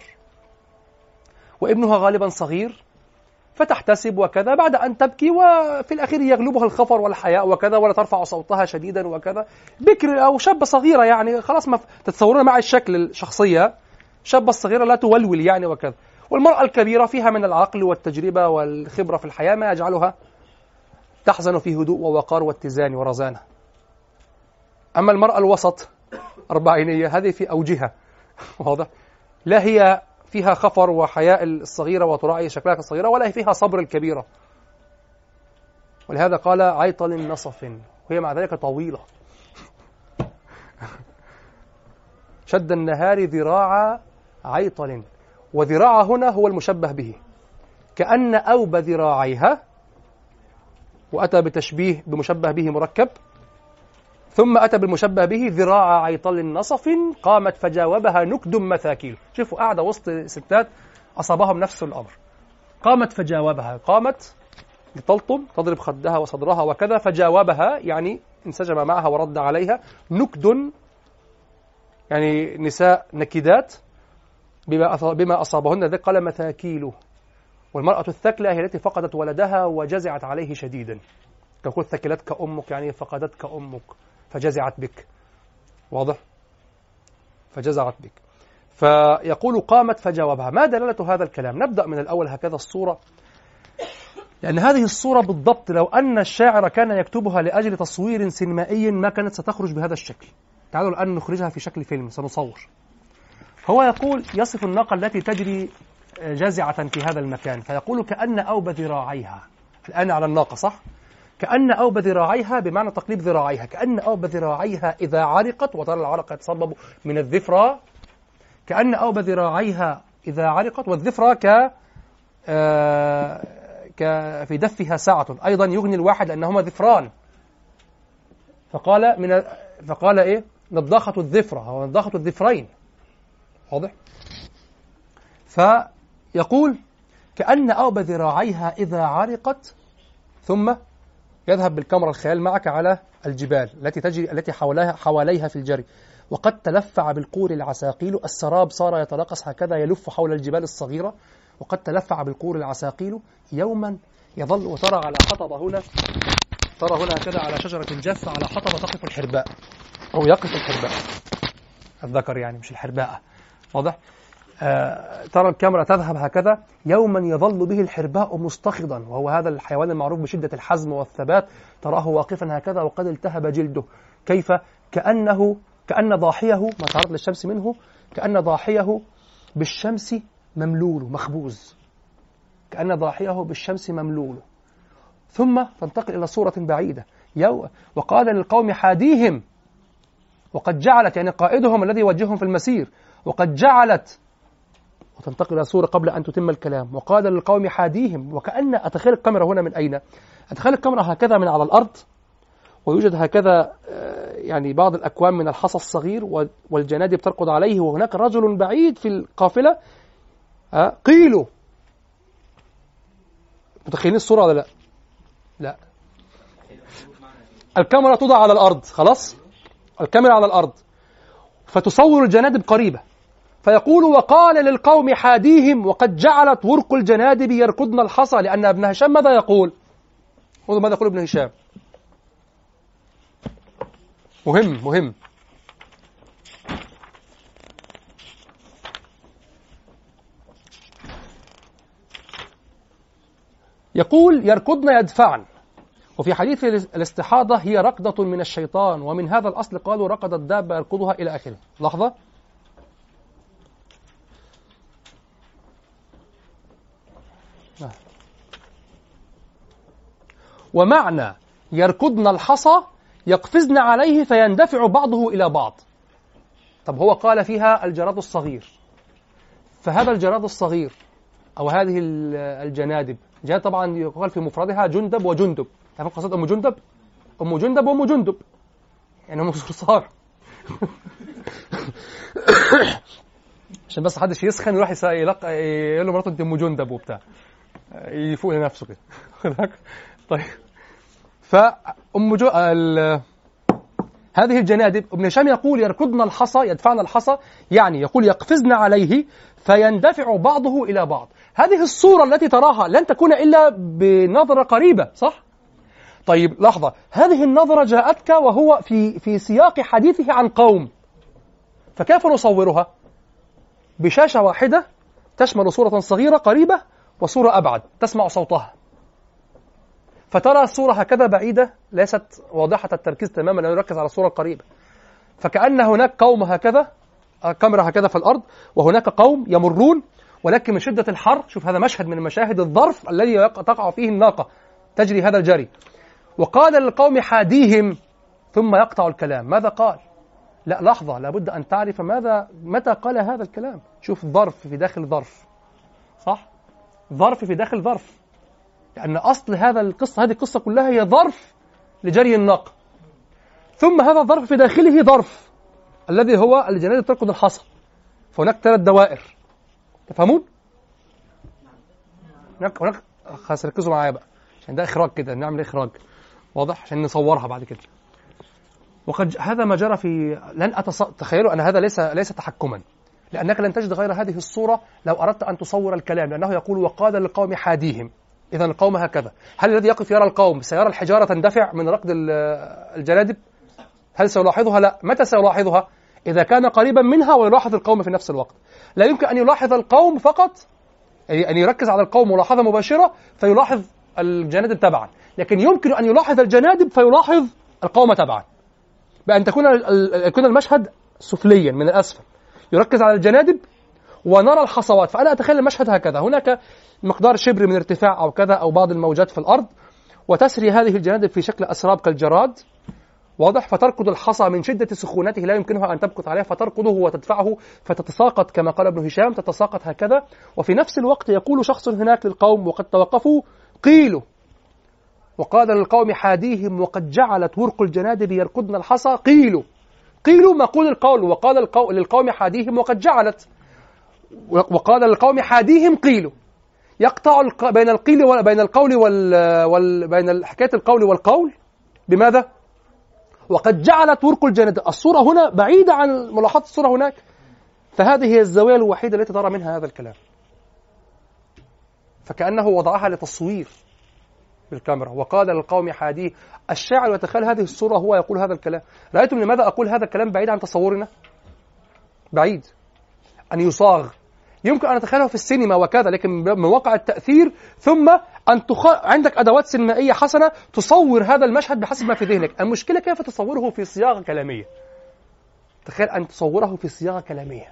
وابنها غالبا صغير، فتحتسب وكذا بعد أن تبكي، وفي الأخير يغلبها الخفر والحياء وكذا، ولا ترفع صوتها شديدا وكذا. بكر أو شابة صغيرة يعني خلاص، ما تتصورون مع الشكل الشخصية، شابة الصغيرة لا تولول يعني وكذا. والمرأة الكبيرة فيها من العقل والتجربة والخبرة في الحياة ما يجعلها تحزن في هدوء ووقار واتزان ورزانة. أما المرأة الوسط أربعينية هذه في أوجها، واضح؟ لا هي فيها خفر وحياء الصغيرة وتراعي شكلها الصغيرة، ولا هي فيها صبر الكبيرة. ولهذا قال عيطل نصف، وهي مع ذلك طويلة. شد النهار ذراع عيطل، وذراع هنا هو المشبه به، كأن أوب ذراعيها، وأتى بتشبيه بمشبه به مركب، ثم أتى بالمشبه به ذراع عيطل نصف قامت فجاوبها نكد مثاكيل. شوفوا قاعدة وسط ستات أصابهم نفس الأمر، قامت فجاوبها، قامت لتلطم تضرب خدها وصدرها وكذا، فجاوبها يعني انسجم معها ورد عليها. نكد يعني نساء نكدات بما أصابهن، ذلك قال مثاكيل. والمرأة الثكلى هي التي فقدت ولدها وجزعت عليه شديدا، تقول ثكلتك أمك يعني فقدتك أمك فجزعت بك، واضح؟ فجزعت بك. فيقول قامت فجاوبها. ما دلالة هذا الكلام؟ نبدأ من الأول هكذا الصورة، لأن هذه الصورة بالضبط لو أن الشاعر كان يكتبها لأجل تصوير سينمائي ما كانت ستخرج بهذا الشكل. تعالوا الآن نخرجها في شكل فيلم سنصور. هو يقول يصف الناقة التي تجري جازعة في هذا المكان، فيقول كأن أوب ذراعيها. الآن على الناقة صح؟ كأن أوب ذراعيها بمعنى تقليب ذراعيها، كأن أوب ذراعيها إذا عرقت، وترى العرق يتسبب من الذفرة، كأن أوب ذراعيها إذا عرقت، والذفرة في دفها ساعة، أيضا يغني الواحد لأنهما ذفران. فقال إيه؟ نضاخة الذفرة أو نضاخة الذفرين. واضح؟ فيقول كأن أوب ذراعيها إذا عرقت، ثم يذهب بالكاميرا الخيال معك على الجبال التي تجري التي حواليها في الجري، وقد تلفع بالقور العساقيل، السراب صار يتراقص هكذا يلف حول الجبال الصغيرة، وقد تلفع بالقور العساقيل يوما يظل. وترى على حطب هنا، ترى هنا كذا على شجرة جافة على حطب تقف الحرباء أو يقف الحرباء، الذكر يعني مش الحرباء. واضح؟ ترى الكاميرا تذهب هكذا يوما يظل به الحرباء مستخضا، وهو هذا الحيوان المعروف بشدة الحزم والثبات، تراه واقفا هكذا وقد التهب جلده. كيف؟ كأن ضاحيه ما تعرض للشمس منه، كأن ضاحيه بالشمس مملول مخبوز، كأن ضاحيه بالشمس مملول. ثم تنتقل إلى صورة بعيدة، وقال للقوم حاديهم، وقد جعلت يعني قائدهم الذي يوجههم في المسير، وقد جعلت، وتنتقل إلى صورة قبل أن تتم الكلام، وقال للقوم حاديهم. وكأن أتخيل الكاميرا هنا من أين؟ أتخيل الكاميرا هكذا من على الأرض، ويوجد هكذا يعني بعض الأكوام من الحصى الصغير والجنادب تركض عليه، وهناك رجل بعيد في القافلة قيلوا. متخيلين الصورة ولا لا؟ لا. الكاميرا توضع على الأرض، خلاص الكاميرا على الأرض، فتصور الجنادب قريبة، فيقول وقال للقوم حاديهم وقد جعلت ورق الجنادب يركضن الحصى. لأن ابن هشام ماذا يقول؟ ماذا يقول ابن هشام؟ مهم. يقول يركضن يدفعن، وفي حديث الاستحاضة هي ركضة من الشيطان، ومن هذا الأصل قالوا ركض الدابة يركضها إلى آخره. لحظة. ومعنى يركضن الحصى يقفزن عليه فيندفع بعضه إلى بعض. طب هو قال فيها الجراد الصغير، فهذا الجراد الصغير أو هذه الجنادب جاء طبعا يقال في مفردها جندب وجندب. تعرفون قصة أم جندب؟ أم جندب وأم جندب يعني أم صرصار. عشان بس حدش يسخن ويروح يقول له مراته أنت أم جندب وبتاع، يفوق لنفسه كده. طيب هذه الجنادب ابن هشام يقول يركضن الحصى يدفعن الحصى، يعني يقول يقفزن عليه فيندفع بعضه إلى بعض. هذه الصورة التي تراها لن تكون إلا بنظرة قريبة، صح؟ طيب لحظة، هذه النظرة جاءتك وهو في سياق حديثه عن قوم، فكيف نصورها؟ بشاشة واحدة تشمل صورة صغيرة قريبة وصورة أبعد تسمع صوتها، فترى الصورة هكذا بعيدة ليست واضحة التركيز تماما لأنه يركز على الصورة القريبة. فكأن هناك قوم هكذا، كاميرا هكذا في الأرض، وهناك قوم يمرون، ولكن من شدة الحر، شوف هذا مشهد من مشاهد الظرف الذي تقع فيه الناقة تجري هذا الجري. وقال للقوم حاديهم، ثم يقطع الكلام. ماذا قال؟ لا لحظة، لابد أن تعرف متى قال هذا الكلام. شوف ظرف في داخل ظرف، صح؟ ظرف في داخل ظرف، لأن أصل هذه القصة كلها هي ظرف لجري الناقة، ثم هذا الظرف في داخله ظرف الذي هو الجنادب تركض الحصى، فهناك 3 دوائر. تفهمون؟ هناك خلاص ركزوا معايا بقى عشان ده إخراج كده، نعمل إخراج واضح عشان نصورها بعد كده. وقد هذا ما جرى في تخيلوا أن هذا ليس تحكما، لأنك لن تجد غير هذه الصورة لو أردت أن تصور الكلام، لأنه يقول وقال للقوم حاديهم. إذن القوم هكذا. هل الذي يقف يرى القوم سيرى الحجارة تندفع من ركض الجنادب؟ هل سيلاحظها؟ لا. متى سيلاحظها؟ إذا كان قريبا منها ويلاحظ القوم في نفس الوقت. لا يمكن أن يلاحظ القوم فقط، يعني أن يركز على القوم ملاحظة مباشرة فيلاحظ الجنادب تبعا، لكن يمكن أن يلاحظ الجنادب فيلاحظ القوم تبعا، بأن يكون المشهد سفليا من الأسفل، يركز على الجنادب ونرى الحصوات. فأنا أتخيل المشهد هكذا، هناك مقدار شبر من ارتفاع أو كذا أو بعض الموجات في الأرض، وتسري هذه الجنادب في شكل أسراب كالجراد، واضح، فتركض الحصى من شدة سخونته لا يمكنها أن تمكث عليه، فتركضه وتدفعه فتتساقط كما قال ابن هشام، تتساقط هكذا. وفي نفس الوقت يقول شخص هناك للقوم وقد توقفوا: قيلوا. وقال للقوم حاديهم وقد جعلت ورق الجنادب يركضن الحصى. قيلوا، قيلوا مقول القول، وقال للقوم حاديهم وقد جعلت، وقال للقوم حاديهم قيلوا. يقطع بين القيل بين القول بين حكاية القول والقول بماذا؟ وقد جعلت ورق الجنادب. الصورة هنا بعيدة عن ملاحظة الصورة هناك، فهذه هي الزاوية الوحيدة التي ترى منها هذا الكلام، فكأنه وضعها لتصوير بالكاميرا. وقال للقوم حاديه. الشاعر يتخيل هذه الصورة هو يقول هذا الكلام. رأيتم لماذا أقول هذا الكلام بعيد عن تصورنا؟ بعيد أن يصاغ، يمكن أن نتخيله في السينما وكذا، لكن من واقع التأثير، ثم أن عندك أدوات سينمائية حسنة تصور هذا المشهد بحسب ما في ذهنك. المشكلة كيف تصوره في صياغة كلامية. تخيل أن تصوره في صياغة كلامية.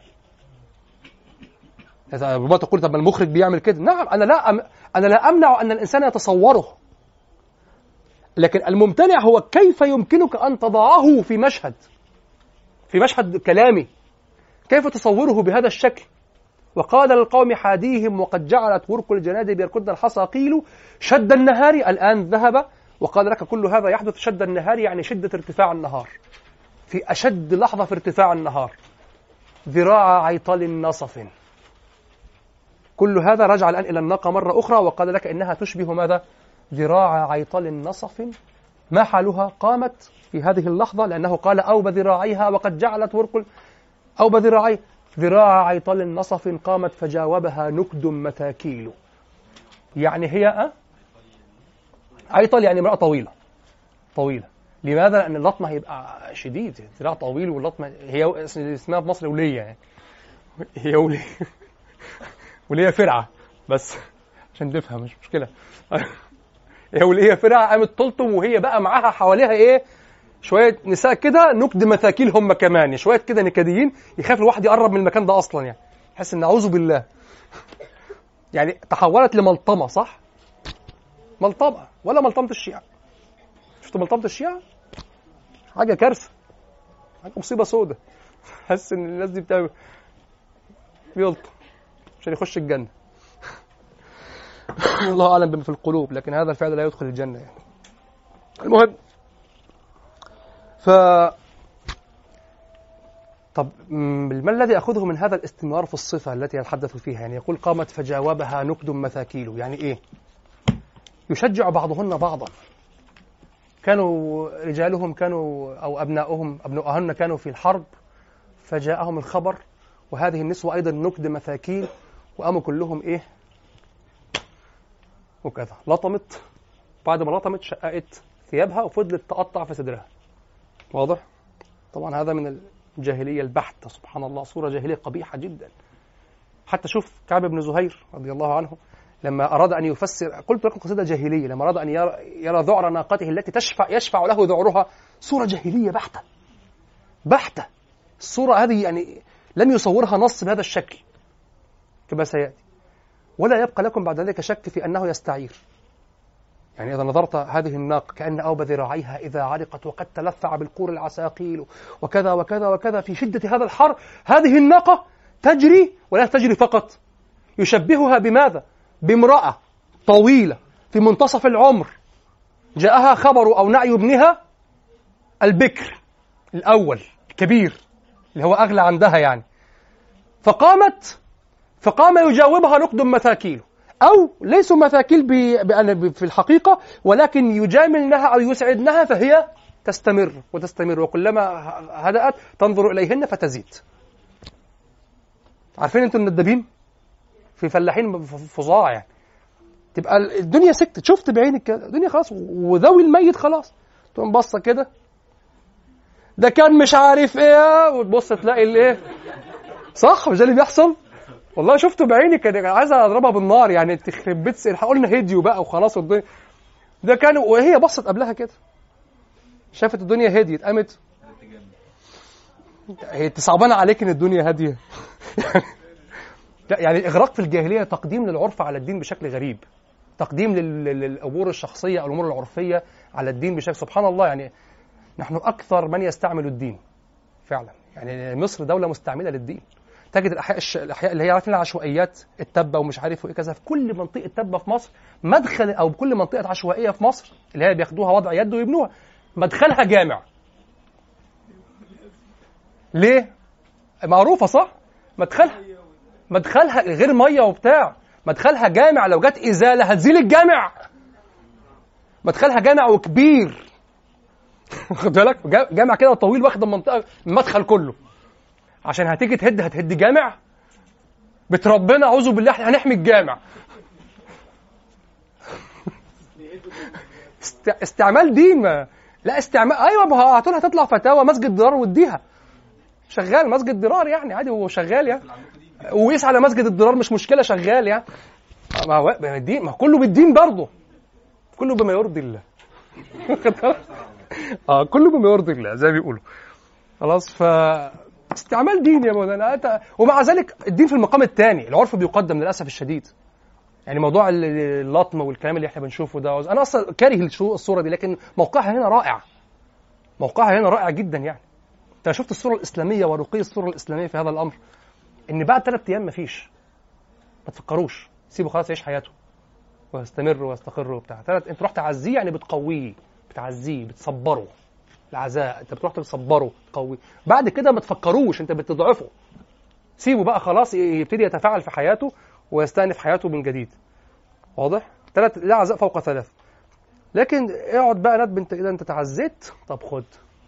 ربما تقول طب المخرج بيعمل كده. نعم، أنا لا أمنع أن الإنسان يتصوره، لكن الممتنع هو كيف يمكنك أن تضعه في مشهد كلامي، كيف تصوره بهذا الشكل. وقال للقوم حاديهم وقد جعلت ورق الجنادب يركضن الحصى. قيلوا شد النهار الآن ذهب. وقال لك كل هذا يحدث شد النهار يعني شدة ارتفاع النهار، في أشد لحظة في ارتفاع النهار، ذراع عيطل نصف. كل هذا رجع الآن إلى الناقة مرة أخرى، وقال لك إنها تشبه ماذا؟ ذراع عيطل نصف. ما حالها؟ قامت في هذه اللحظة، لأنه قال أو بذراعيها وقد جعلت ورق أو بذراعي ذراع عيطل نصف. قامت فجاوبها نكد متاكيل. يعني هي عيطل يعني امرأة طويلة. لماذا؟ لأن اللطمة هيبقى شديد، ذراع طويل، واللطمة هي اسمها في مصر ولية، يعني هي ولية فرعة، بس عشان تفهم مش مشكلة. هي ولية فرعة قامت تلطم، وهي بقى معاها حواليها شوية نساء كده نكد مثاكيل هم كمان، شوية كده نكديين، يخاف الواحد يقرب من المكان ده أصلا، يعني يحس إن أعوذ بالله. يعني تحولت لملطمة، صح؟ ملطمة ولا ملطمة الشيعة؟ شفت ملطمة الشيعة؟ حاجة كارثة، حاجة مصيبة سودة. حس إن الناس دي بيلطم عشان يخش الجنة. الله أعلم بما في القلوب، لكن هذا الفعل لا يدخل الجنة يعني. المهم، طب ما الذي أخذه من هذا الاستمرار في الصفة التي يتحدث فيها؟ يعني يقول قامت فجاوبها نكد مثاكيل، يعني إيه؟ يشجع بعضهن بعضا. كانوا رجالهم أو أبناؤهن كانوا في الحرب، فجاءهم الخبر، وهذه النسوة أيضا نكد مثاكيل، وقاموا كلهم وكذا. لطمت، بعد ما لطمت شققت ثيابها وفضلت تقطع في صدرها. واضح؟ طبعا هذا من الجاهلية البحتة، سبحان الله، صورة جاهلية قبيحة جدا. حتى شوف كعب بن زهير رضي الله عنه لما أراد أن يفسر، قلت لكم قصيدة جاهلية، لما أراد أن يرى ذعر ناقته التي يشفع له ذعرها، صورة جاهلية بحتة. الصورة هذه يعني لم يصورها نص بهذا الشكل كما سيأتي، ولا يبقى لكم بعد ذلك شك في أنه يستعير. يعني إذا نظرت هذه الناقة كأن أوب ذراعيها إذا علقت وقد تلفع بالقور العساقيل وكذا وكذا وكذا في شدة هذا الحر، هذه الناقة تجري، ولا تجري فقط، يشبهها بماذا؟ بامرأة طويلة في منتصف العمر، جاءها خبر أو نعي ابنها البكر الأول الكبير اللي هو أغلى عندها يعني، فقام يجاوبها نكد مثاكيل، أو ليسوا مثاكيل في الحقيقة، ولكن يجاملنها أو يسعدنها، فهي تستمر وكلما هدأت تنظر إليهن فتزيد. عارفين أنتم الندبين في فلاحين فظاع، يعني تبقى الدنيا سكتت، شفت بعينك كده الدنيا خلاص، وذوي الميت خلاص، تقوم بصة كده ده كان مش عارف ايه، وتبص تلاقي الايه، صح مش ده اللي بيحصل؟ والله شفته بعيني، كان عايز اضربها بالنار يعني، تخرب بيت قلنا هديوا بقى وخلاص الدنيا. ده كان وهي بصت قبلها كده، شافت الدنيا هديت قامت هي صعبانه عليك ان الدنيا هاديه. يعني اغراق في الجاهليه، تقديم للعرف على الدين بشكل غريب، تقديم للامور الشخصيه او الامور العرفيه على الدين بشكل سبحان الله. يعني نحن اكثر من يستعمل الدين فعلا. يعني مصر دوله مستعمله للدين. تجد الاحياء اللي هي عارفين العشوائيات، التبه ومش عارف ايه كذا، في كل منطقه تبه في مصر مدخل، او كل منطقه عشوائيه في مصر اللي هي بياخدوها وضع يد ويبنوها مدخلها جامع. ليه؟ معروفه صح؟ مدخلها غير ميه وبتاع، مدخلها جامع. لو جت ازاله هتزيل الجامع. مدخلها جامع وكبير. خد بالك، جامع كده طويل واخد المنطقه المدخل كله. عشان هتيجي هتهد جامع بتربنا، اعوذ بالله احنا هنحمي الجامع. استعمال دين. ما لا استعمال، ايوه ما هتقول هتطلع فتاوى مسجد ضرار واديها شغال، مسجد ضرار يعني عادي، هو شغال يعني، وقيس على مسجد الضرار مش مشكله، شغال يعني. ما هو الدين، ما كله بالدين برضه، كله بما يرضي الله. كله بما يرضي الله زي ما بيقولوا. خلاص، استعمال دين يا مولانا. ومع ذلك الدين في المقام الثاني، العرف بيقدم للاسف الشديد. يعني موضوع اللطم والكلام اللي احنا بنشوفه ده، انا اصلا كاره الصوره دي، لكن موقعها هنا رائع، موقعها هنا رائع جدا. يعني انت شفت الصوره الاسلاميه ورقي الصوره الاسلاميه في هذا الامر، ان بعد 3 ايام مفيش، ما تفكروش، سيبه خلاص يعيش حياته ويستمر ويستقر وبتاع. انت رحت تعزيه يعني بتقويه، بتعزيه، بتصبره. العزاء انت بتروح تصبره، تقويه. بعد كده ما تفكروش، انت بتضعفه. سيبه بقى خلاص يبتدي يتفاعل في حياته ويستأنف حياته من جديد. واضح؟ 3 لا عزاء فوق 3. لكن اقعد بقى ندب، انت اذا انت تعزيت طب خد.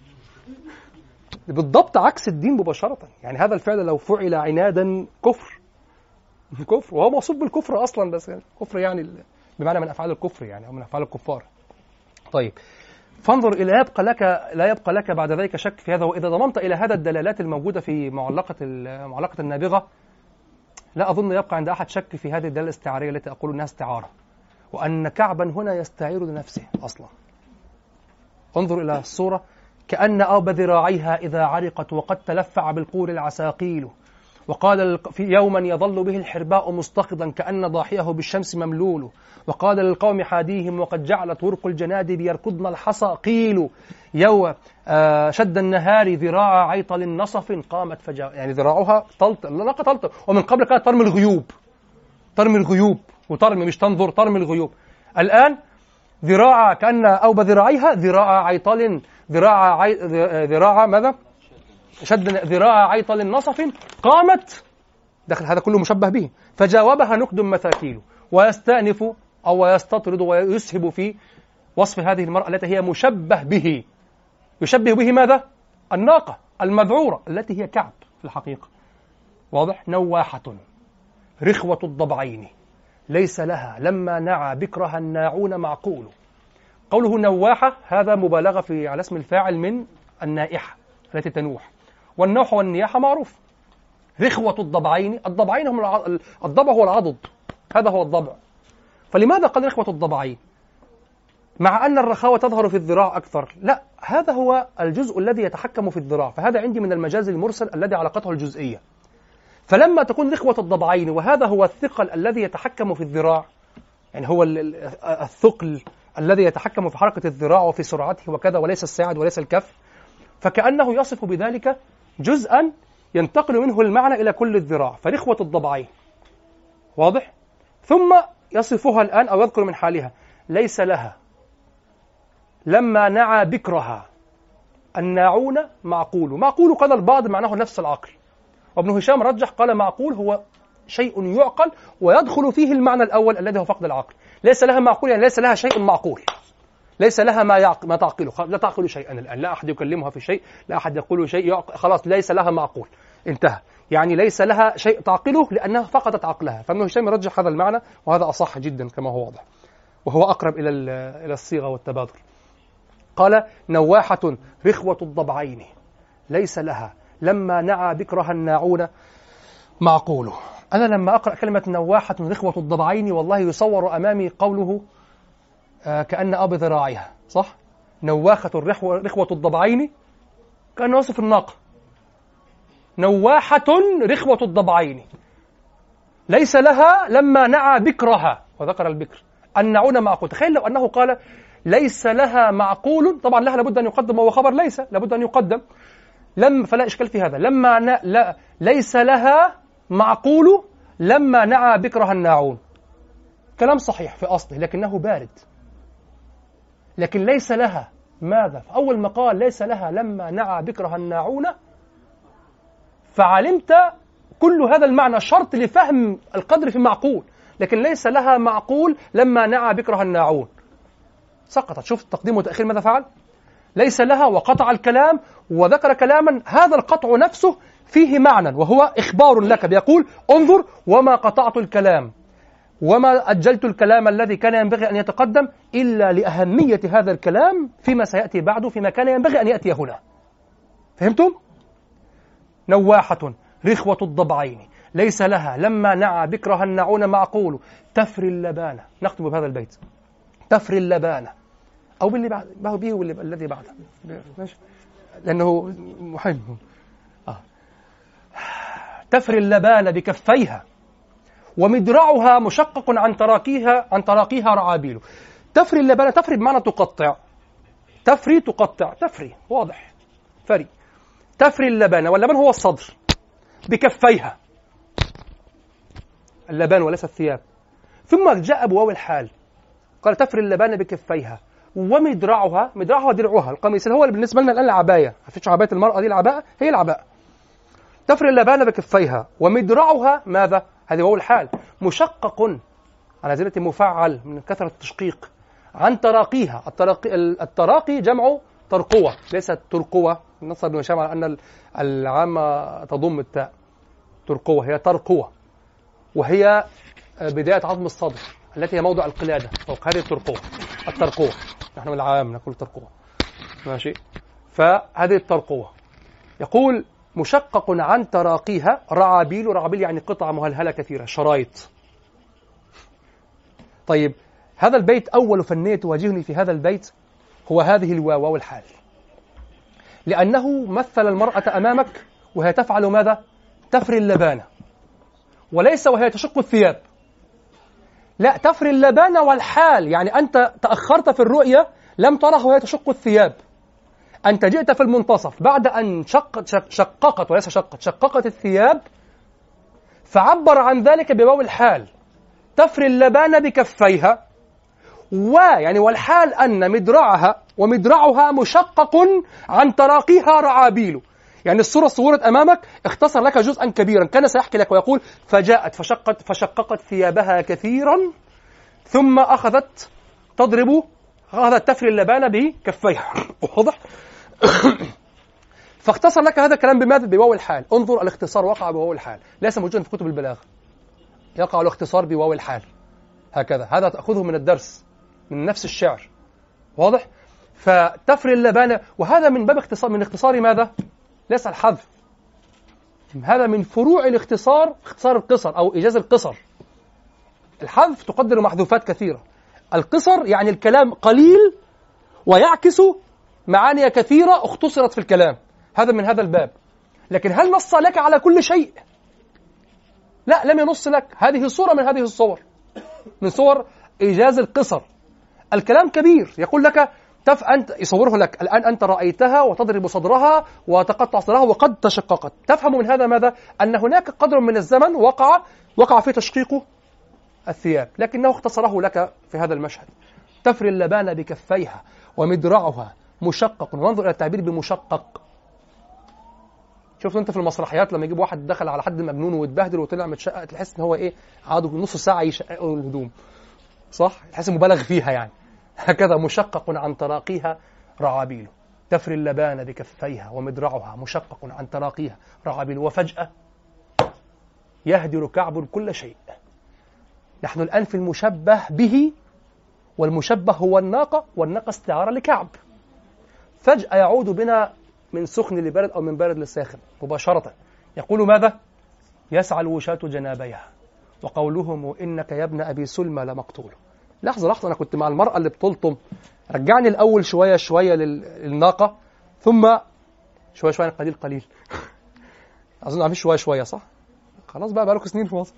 بالضبط عكس الدين مباشرة. يعني هذا الفعل لو فعل عنادا كفر، كفر، وهو موصوف بالكفر اصلا، بس يعني كفر يعني بمعنى من افعال الكفر يعني، او من افعال الكفار. طيب، فانظر الى لا يبقى لك بعد ذلك شك في هذا. واذا ضممت الى هذا الدلالات الموجودة في معلقة النابغة، لا أظن يبقى عند أحد شك في هذه الدلالة الاستعارية التي أقول أنها استعارة، وأن كعبا هنا يستعير لنفسه أصلا. انظر إلى الصورة، كأن أوب ذراعيها إذا عرقت وقد تلفع بالقور العساقيل، وقال في يوما يظل به الحرباء مستقضا كأن ضاحيه بالشمس مملول، وقال للقوم حاديهم وقد جعلت ورق الجنادب يركضن الحصى قيل، شد النهار ذراع عيطل نصف قامت يعني ذراعها طلط، ومن قبل كانت ترمي الغيوب، وترمي مش تنظر، ترمي الغيوب. الآن ذراع كأن أوب ذراعيها ذراع عيطل، ذراع ماذا؟ شد ذراع عيطل نصف قامت، دخل هذا كله مشبه به، فجاوبها نكد مثاكيل. ويستأنف أو يستطرد ويسهب في وصف هذه المرأة التي هي مشبه به. يشبه به ماذا؟ الناقة المذعورة التي هي كعب في الحقيقة. واضح؟ نواحة رخوة الضبعين ليس لها لما نعى بكرها الناعون معقول. قوله نواحة هذا مبالغة على اسم الفاعل من النائحة التي تنوح، والنوح والنياحة معروف. رخوة الضبعين، الضبعين هم الضبع هو العضد، هذا هو الضبع. فلماذا قال رخوة الضبعين مع أن الرخاوة تظهر في الذراع أكثر؟ لا، هذا هو الجزء الذي يتحكم في الذراع، فهذا عندي من المجاز المرسل الذي علاقته الجزئية. فلما تكون رخوة الضبعين وهذا هو الثقل الذي يتحكم في الذراع، يعني هو الثقل الذي يتحكم في حركة الذراع وفي سرعته وكذا، وليس الساعد وليس الكف، فكأنه يصف بذلك جزءا ينتقل منه المعنى إلى كل الذراع، فرخوة الضبعين. واضح؟ ثم يصفها الآن أو يذكر من حالها ليس لها لما نعى بكرها الناعون معقول. معقول قال البعض معناه نفس العقل، وابن هشام رجح قال معقول هو شيء يعقل ويدخل فيه المعنى الأول الذي هو فقد العقل. ليس لها معقول يعني ليس لها شيء معقول، ليس لها ما تعقله، لا تعقل شيئا الآن، لا أحد يكلمها في شيء، لا أحد يقول شيء، خلاص ليس لها معقول، انتهى. يعني ليس لها شيء تعقله لأنها فقدت عقلها. فابن هشام يرجح هذا المعنى، وهذا أصح جدا كما هو واضح، وهو أقرب إلى الصيغة والتبادل. قال نواحة رخوة الضبعين ليس لها لما نعى بكرها الناعون معقوله. أنا لما أقرأ كلمة نواحة رخوة الضبعين والله يصور أمامي قوله كأن أبي ذراعها، صح؟ نواخة رخوة الضبعين كأنه وصف الناقة. نواحة رخوة الضبعين ليس لها لما نعى بكرها، وذكر البكر النعون معقول. تخيل لو أنه قال ليس لها معقول، طبعا لها لابد أن يقدم، وهو خبر ليس لابد أن يقدم، فلا إشكال في هذا. ليس لها معقول لما نعى بكرها الناعون، كلام صحيح في أصله لكنه بارد. لكن ليس لها ماذا؟ فأول ما قال ليس لها لما نعى بكرها الناعون فعلمت كل هذا المعنى، شرط لفهم القدر في معقول. لكن ليس لها معقول لما نعى بكرها الناعون، سقطت. شوف التقديم والتأخير ماذا فعل؟ ليس لها وقطع الكلام وذكر كلاما هذا القطع نفسه فيه معنى، وهو إخبار لك بيقول انظر وما قطعت الكلام وما أجلت الكلام الذي كان ينبغي أن يتقدم إلا لأهمية هذا الكلام فيما سيأتي بعده، فيما كان ينبغي أن يأتي هنا. فهمتم؟ نواحة رخوة الضبعين ليس لها لما نعى بكرها الناعون معقول تفري اللبانة. نختم بهذا البيت، تفري اللبانة أو باللي بعد به والذي بعده ماشي لأنه محب. تفري اللبان بكفيها ومدرعها مشقق عن تراقيها رعابيل. تفري اللبان، تفري بمعنى تقطع، تفري تقطع، تفري واضح، فري. تفري اللبان، واللبان هو الصدر، بكفيها اللبان وليس الثياب. ثم جاء بواو الحال قال تفري اللبان بكفيها ومدرعها، مدرعها درعها القميص اللي هو بالنسبة لنا الآن العباية، عرفتش عباية المرأة دي العباءة، هي العباءة. تفري اللبان بكفيها ومدرعها ماذا؟ هذه واو الحال مشقق على زيادة مفعل من كثرة التشقيق عن تراقيها. التراقي جمع ترقوة ليست ترقوة، نص ابن هشام على أن العامة تضم التاء، ترقوة هي ترقوة، وهي بداية عظم الصدر التي هي موضع القلادة فوق هذه الترقوة. الترقوة نحن من العام نقول ترقوة، ماشي. فهذه الترقوة يقول مشقق عن تراقيها رعابيل، رعابيل يعني قطع مهلهلة كثيرة، شرايط. طيب هذا البيت أول فنية تواجهني في هذا البيت هو هذه الواو والحال، لأنه مثل المرأة أمامك وهي تفعل ماذا؟ تفري اللبانة، وليس وهي تشق الثياب، لا، تفري اللبانة والحال، يعني أنت تأخرت في الرؤية لم تره وهي تشق الثياب، أنت جئت في المنتصف بعد أن شققت وليس شققت الثياب، فعبر عن ذلك بواو الحال تفري اللبان بكفيها، يعني والحال أن مدرعها ومدرعها مشقق عن تراقيها رعابيل. يعني الصورة صورت أمامك، اختصر لك جزءا كبيرا، كان سيحكي لك ويقول فجاءت فشققت ثيابها كثيرا ثم أخذت تفري اللبان بكفيها. واضح؟ فاختصر لك هذا الكلام بماذا؟ بواو الحال. انظر، الاختصار وقع بواو الحال، ليس موجودا في كتب البلاغة، يقع الاختصار بواو الحال هكذا. هذا تأخذه من الدرس من نفس الشعر، واضح؟ فتفري اللبان، وهذا من باب اختصار ماذا؟ ليس الحذف، هذا من فروع الاختصار، اختصار القصر أو إيجاز القصر. الحذف تقدر محذوفات كثيرة، القصر يعني الكلام قليل ويعكس معاني كثيرة اختصرت في الكلام، هذا من هذا الباب. لكن هل نص لك على كل شيء؟ لا، لم ينص لك. هذه صورة من هذه الصور، من صور إيجاز القصر. الكلام كبير، يقول لك أنت يصوره لك الآن، أنت رأيتها وتضرب صدرها وتقطع صدرها وقد تشققت، تفهم من هذا ماذا؟ أن هناك قدر من الزمن وقع في تشقيق الثياب، لكنه اختصره لك في هذا المشهد. تفري اللبان بكفيها ومدرعها مشقق، وانظر إلى التعبير بمشقق. شفت أنت في المسرحيات لما يجيب واحد دخل على حد مجنون ويتبهدل وطلع متشقق، تحس إن هو إيه، عاده نص ساعة يشققوا الهدوم، صح؟ تحس مبالغ فيها يعني. هكذا مشقق عن تراقيها رعابيل، تفري اللبان بكفيها ومدرعها مشقق عن تراقيها رعابيل، وفجأة يهدر كعب كل شيء. نحن الآن في المشبه به، والمشبه هو الناقة، والناقة استعارة لكعب. فجأة يعود بنا من سخن لبارد أو من بارد لساخن مباشرة. يقول ماذا؟ يسعى الوشاة جنابيها وقولهم إنك يا ابن أبي سلمى لمقتول. لحظة أنا كنت مع المرأة اللي بتلطم، رجعني الأول شوية للناقة، ثم شوية قليل أظن عارفين شوية صح؟ خلاص بقى لكم سنين في مصر.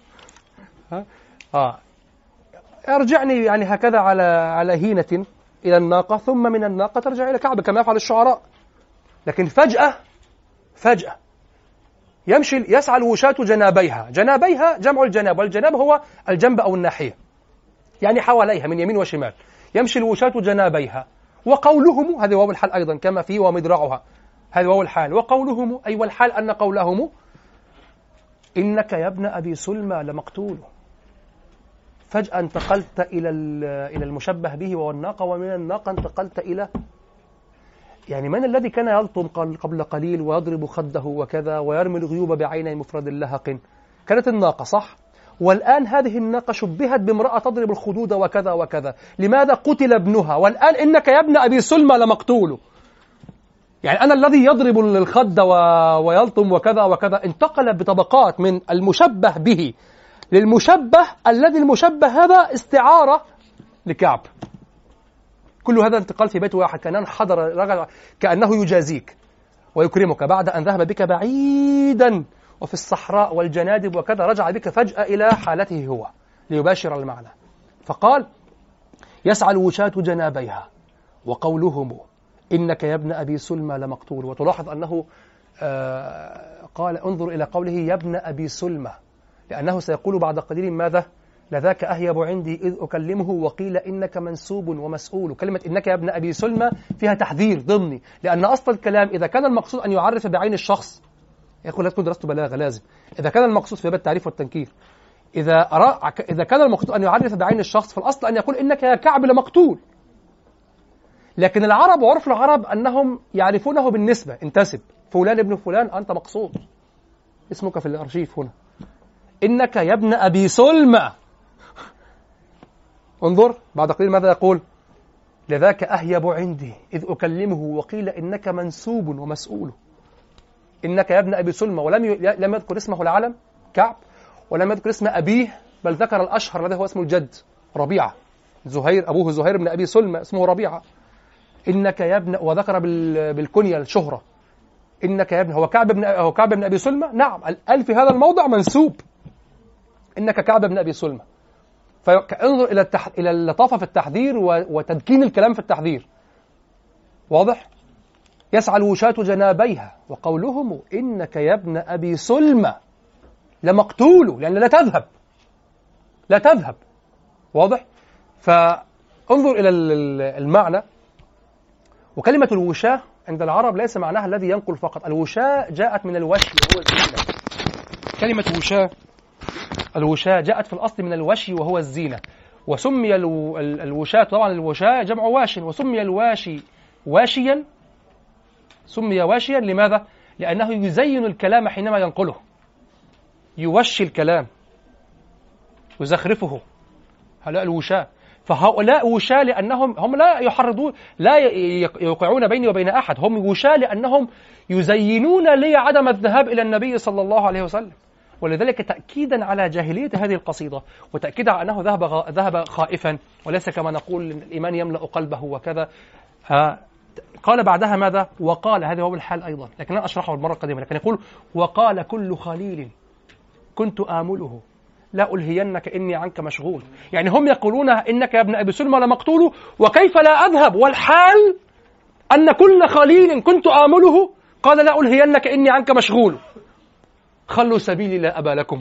ارجعني يعني هكذا على هينة إلى الناقة، ثم من الناقة ترجع إلى كعب كما يفعل الشعراء. لكن فجأة يسعى الوشاة جنابيها جمع الجناب، والجناب هو الجنب أو الناحية، يعني حواليها من يمين وشمال. يمشي الوشاة جنابيها وقولهم، هذه واو الحال أيضا كما في ومدرعها، هذه واو الحال. وقولهم أي والحال أن قولهم إنك يا ابن أبي سلمى لمقتول. فجأة انتقلت إلى المشبه به وهو الناقة، ومن الناقة انتقلت إلى يعني من الذي كان يلطم قبل قليل ويضرب خده وكذا ويرمي الغيوب بعيني مفرد لهق؟ كانت الناقة صح؟ والآن هذه الناقة شبهت بامرأة تضرب الخدود وكذا وكذا. لماذا قتل ابنها والآن إنك يا ابن أبي سلمى لمقتول؟ يعني أنا الذي يضرب الخد ويلطم وكذا وكذا. انتقل بطبقات من المشبه به للمشبه الذي المشبه هذا استعارة لكعب. كل هذا انتقال في بيت واحد، كأنه حضر رجل كأنه يجازيك ويكرمك بعد أن ذهب بك بعيدا وفي الصحراء والجنادب وكذا، رجع بك فجأة إلى حالته هو ليباشر المعنى. فقال يسعى الوشاة جنابيها وقولهم إنك يا ابن أبي سلمى لمقتول. وتلاحظ أنه قال انظر إلى قوله يا ابن أبي سلمى، لأنه سيقول بعد قليل ماذا؟ لذاك أهيب عندي إذ أكلمه وقيل إنك منسوب ومسؤول. كلمة إنك يا ابن أبي سلمى فيها تحذير ضمني، لأن أصل الكلام إذا كان المقصود أن يعرف بعين الشخص، يقول لا تكون درست بلاغة لازم، إذا كان المقصود في باب التعريف والتنكير، إذا كان المقصود أن يعرف بعين الشخص فالأصل أن يقول إنك يا كعب لمقتول. لكن العرب وعرف العرب أنهم يعرفونه بالنسبة، انتسب فلان ابن فلان أنت مقصود، اسمك في الأرشيف هنا إنك يا ابن أبي سلمى. انظر بعد قليل ماذا يقول؟ لذاك أهيب عندي إذ أكلمه وقيل إنك منسوب ومسؤول. إنك يا ابن أبي سلمى، لم يذكر اسمه العلم كعب، ولم يذكر اسم أبيه، بل ذكر الأشهر الذي هو اسمه الجد ربيعة، زهير أبوه زهير بن أبي سلمى اسمه ربيعة. إنك يا ابن، وذكر بالكنية الشهرة إنك يا ابن، هو كعب بن أبي سلمى، نعم الألف في هذا الموضع منسوب إنك كعب بن أبي سلمى. فانظر إلى اللطافة في التحذير وتدكين الكلام في التحذير. واضح؟ يسعى الوشاة جنابيها وقولهم إنك يا ابن أبي سلمى لمقتول، لأن لا تذهب. واضح؟ فانظر إلى المعنى. وكلمة الوشاة عند العرب ليس معناها الذي ينقل فقط، الوشاة جاءت من الوشي وهو الزينة. كلمة الوشاة جاءت في الأصل من الوشي وهو الزينة، وسمي الوشاة، طبعا الوشاة جمع واش، وسمي الواشي واشيا، سمي واشيا لماذا؟ لأنه يزين الكلام حينما ينقله، يوشي الكلام يزخرفه. هؤلاء الوشاة، فهؤلاء وشاة لأنهم هم لا يحرضون، لا يوقعون بيني وبين أحد، هم وشاة لأنهم يزينون لي عدم الذهاب إلى النبي صلى الله عليه وسلم. ولذلك تأكيدا على جاهلية هذه القصيدة، وتأكيدا على أنه ذهب خائفا وليس كما نقول الإيمان يملأ قلبه وكذا. قال بعدها ماذا؟ وقال، هذا هو الحال أيضا لكن أنا أشرحه المرة القادمة. لكن يقول وقال كل خليل كنت آمله لا ألهينك إني عنك مشغول. يعني هم يقولون إنك يا ابن أبي سلمى لمقتول، وكيف لا أذهب والحال أن كل خليل كنت آمله قال لا ألهينك إني عنك مشغول. خلوا سبيلي لا أبا لكم.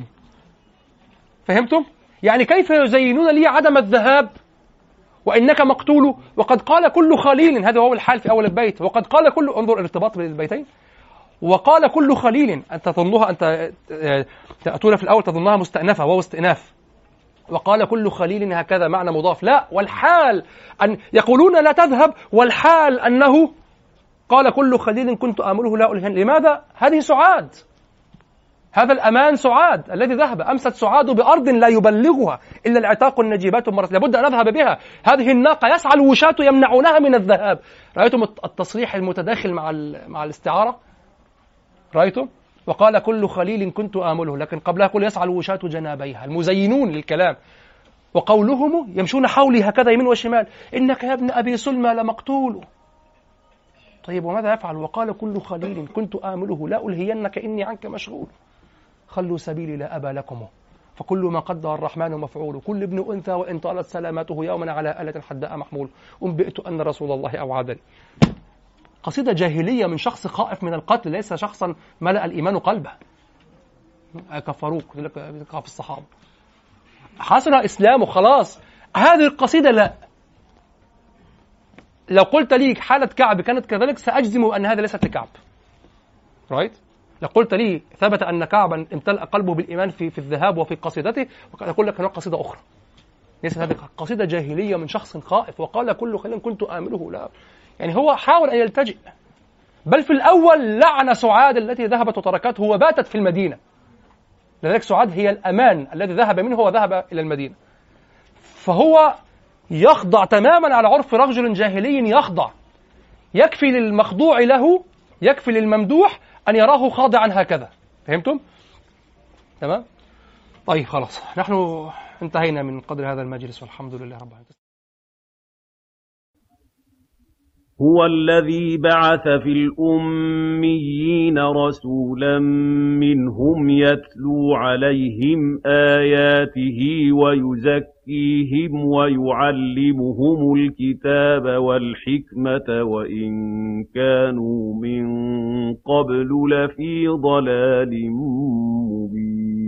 فهمتم؟ يعني كيف يزينون لي عدم الذهاب وإنك مقتول، وقد قال كل خليل، هذا هو الحال في أول البيت، وقد قال كل، انظر الارتباط بين البيتين، وقال كل خليل، أنت تظنها، أنت تأتون في الأول تظنها مستأنفة وهو استئناف، وقال كل خليل هكذا معنى مضاف، لا، والحال أن يقولون لا تذهب، والحال أنه قال كل خليل كنت آمله لا ألهن. لماذا؟ هذه سعاد، هذا الأمان سعاد الذي ذهب، أمست سعاد بأرض لا يبلغها إلا العتاق النجيبات مرت، لابد أن أذهب بها. هذه الناقة يسعى الوشاة يمنعونها من الذهاب. رأيتم التصريح المتداخل مع الاستعارة؟ رأيتم؟ وقال كل خليل كنت آمله، لكن قبلها يقول يسعى الوشاة جنابيها، المزينون للكلام. وقولهم يمشون حولي هكذا يمين وشمال، إنك يا ابن أبي سلمى لمقتول. طيب وماذا يفعل؟ وقال كل خليل كنت آمله لا ألهينك إني عنك مشغول، خلوا سبيلي لا أبا لكم، فكل ما قدر الرحمن مفعول، كل ابن أنثى وإن طالت سلامته يوما على آلة حداء محمول، أنبئت أن رسول الله أوعدني. قصيدة جاهلية من شخص خائف من القتل، ليس شخصا ملأ الإيمان قلبه. كفروك في الصحابة، حسن إسلامه خلاص. هذه القصيدة لا، لو قلت لي حالة كعب كانت كذلك سأجزم أن هذا ليست لكعب. رايت؟ لو قلت لي ثبت أن كعبا امتلأ قلبه بالإيمان في الذهاب وفي قصيدته، أقول لك هناك قصيدة أخرى. ليست هذه قصيدة جاهلية من شخص خائف. وقال كل خليل كنت آمله لا، يعني هو حاول أن يلتجئ، بل في الأول لعن سعاد التي ذهبت وتركته وباتت في المدينة. لذلك سعاد هي الأمان الذي ذهب منه وذهب إلى المدينة. فهو يخضع تماما على عرف رجل جاهلي يخضع. يكفي للمخضوع له، يكفي للممدوح أن يراه خاضعا هكذا. فهمتم؟ تمام؟ طيب خلاص، نحن انتهينا من قدر هذا المجلس والحمد لله رب العالمين. هو الذي بعث في الأميين رسولا منهم يتلو عليهم آياته ويزكيهم ويعلمهم الكتاب والحكمة وإن كانوا من قبل لفي ضلال مبين.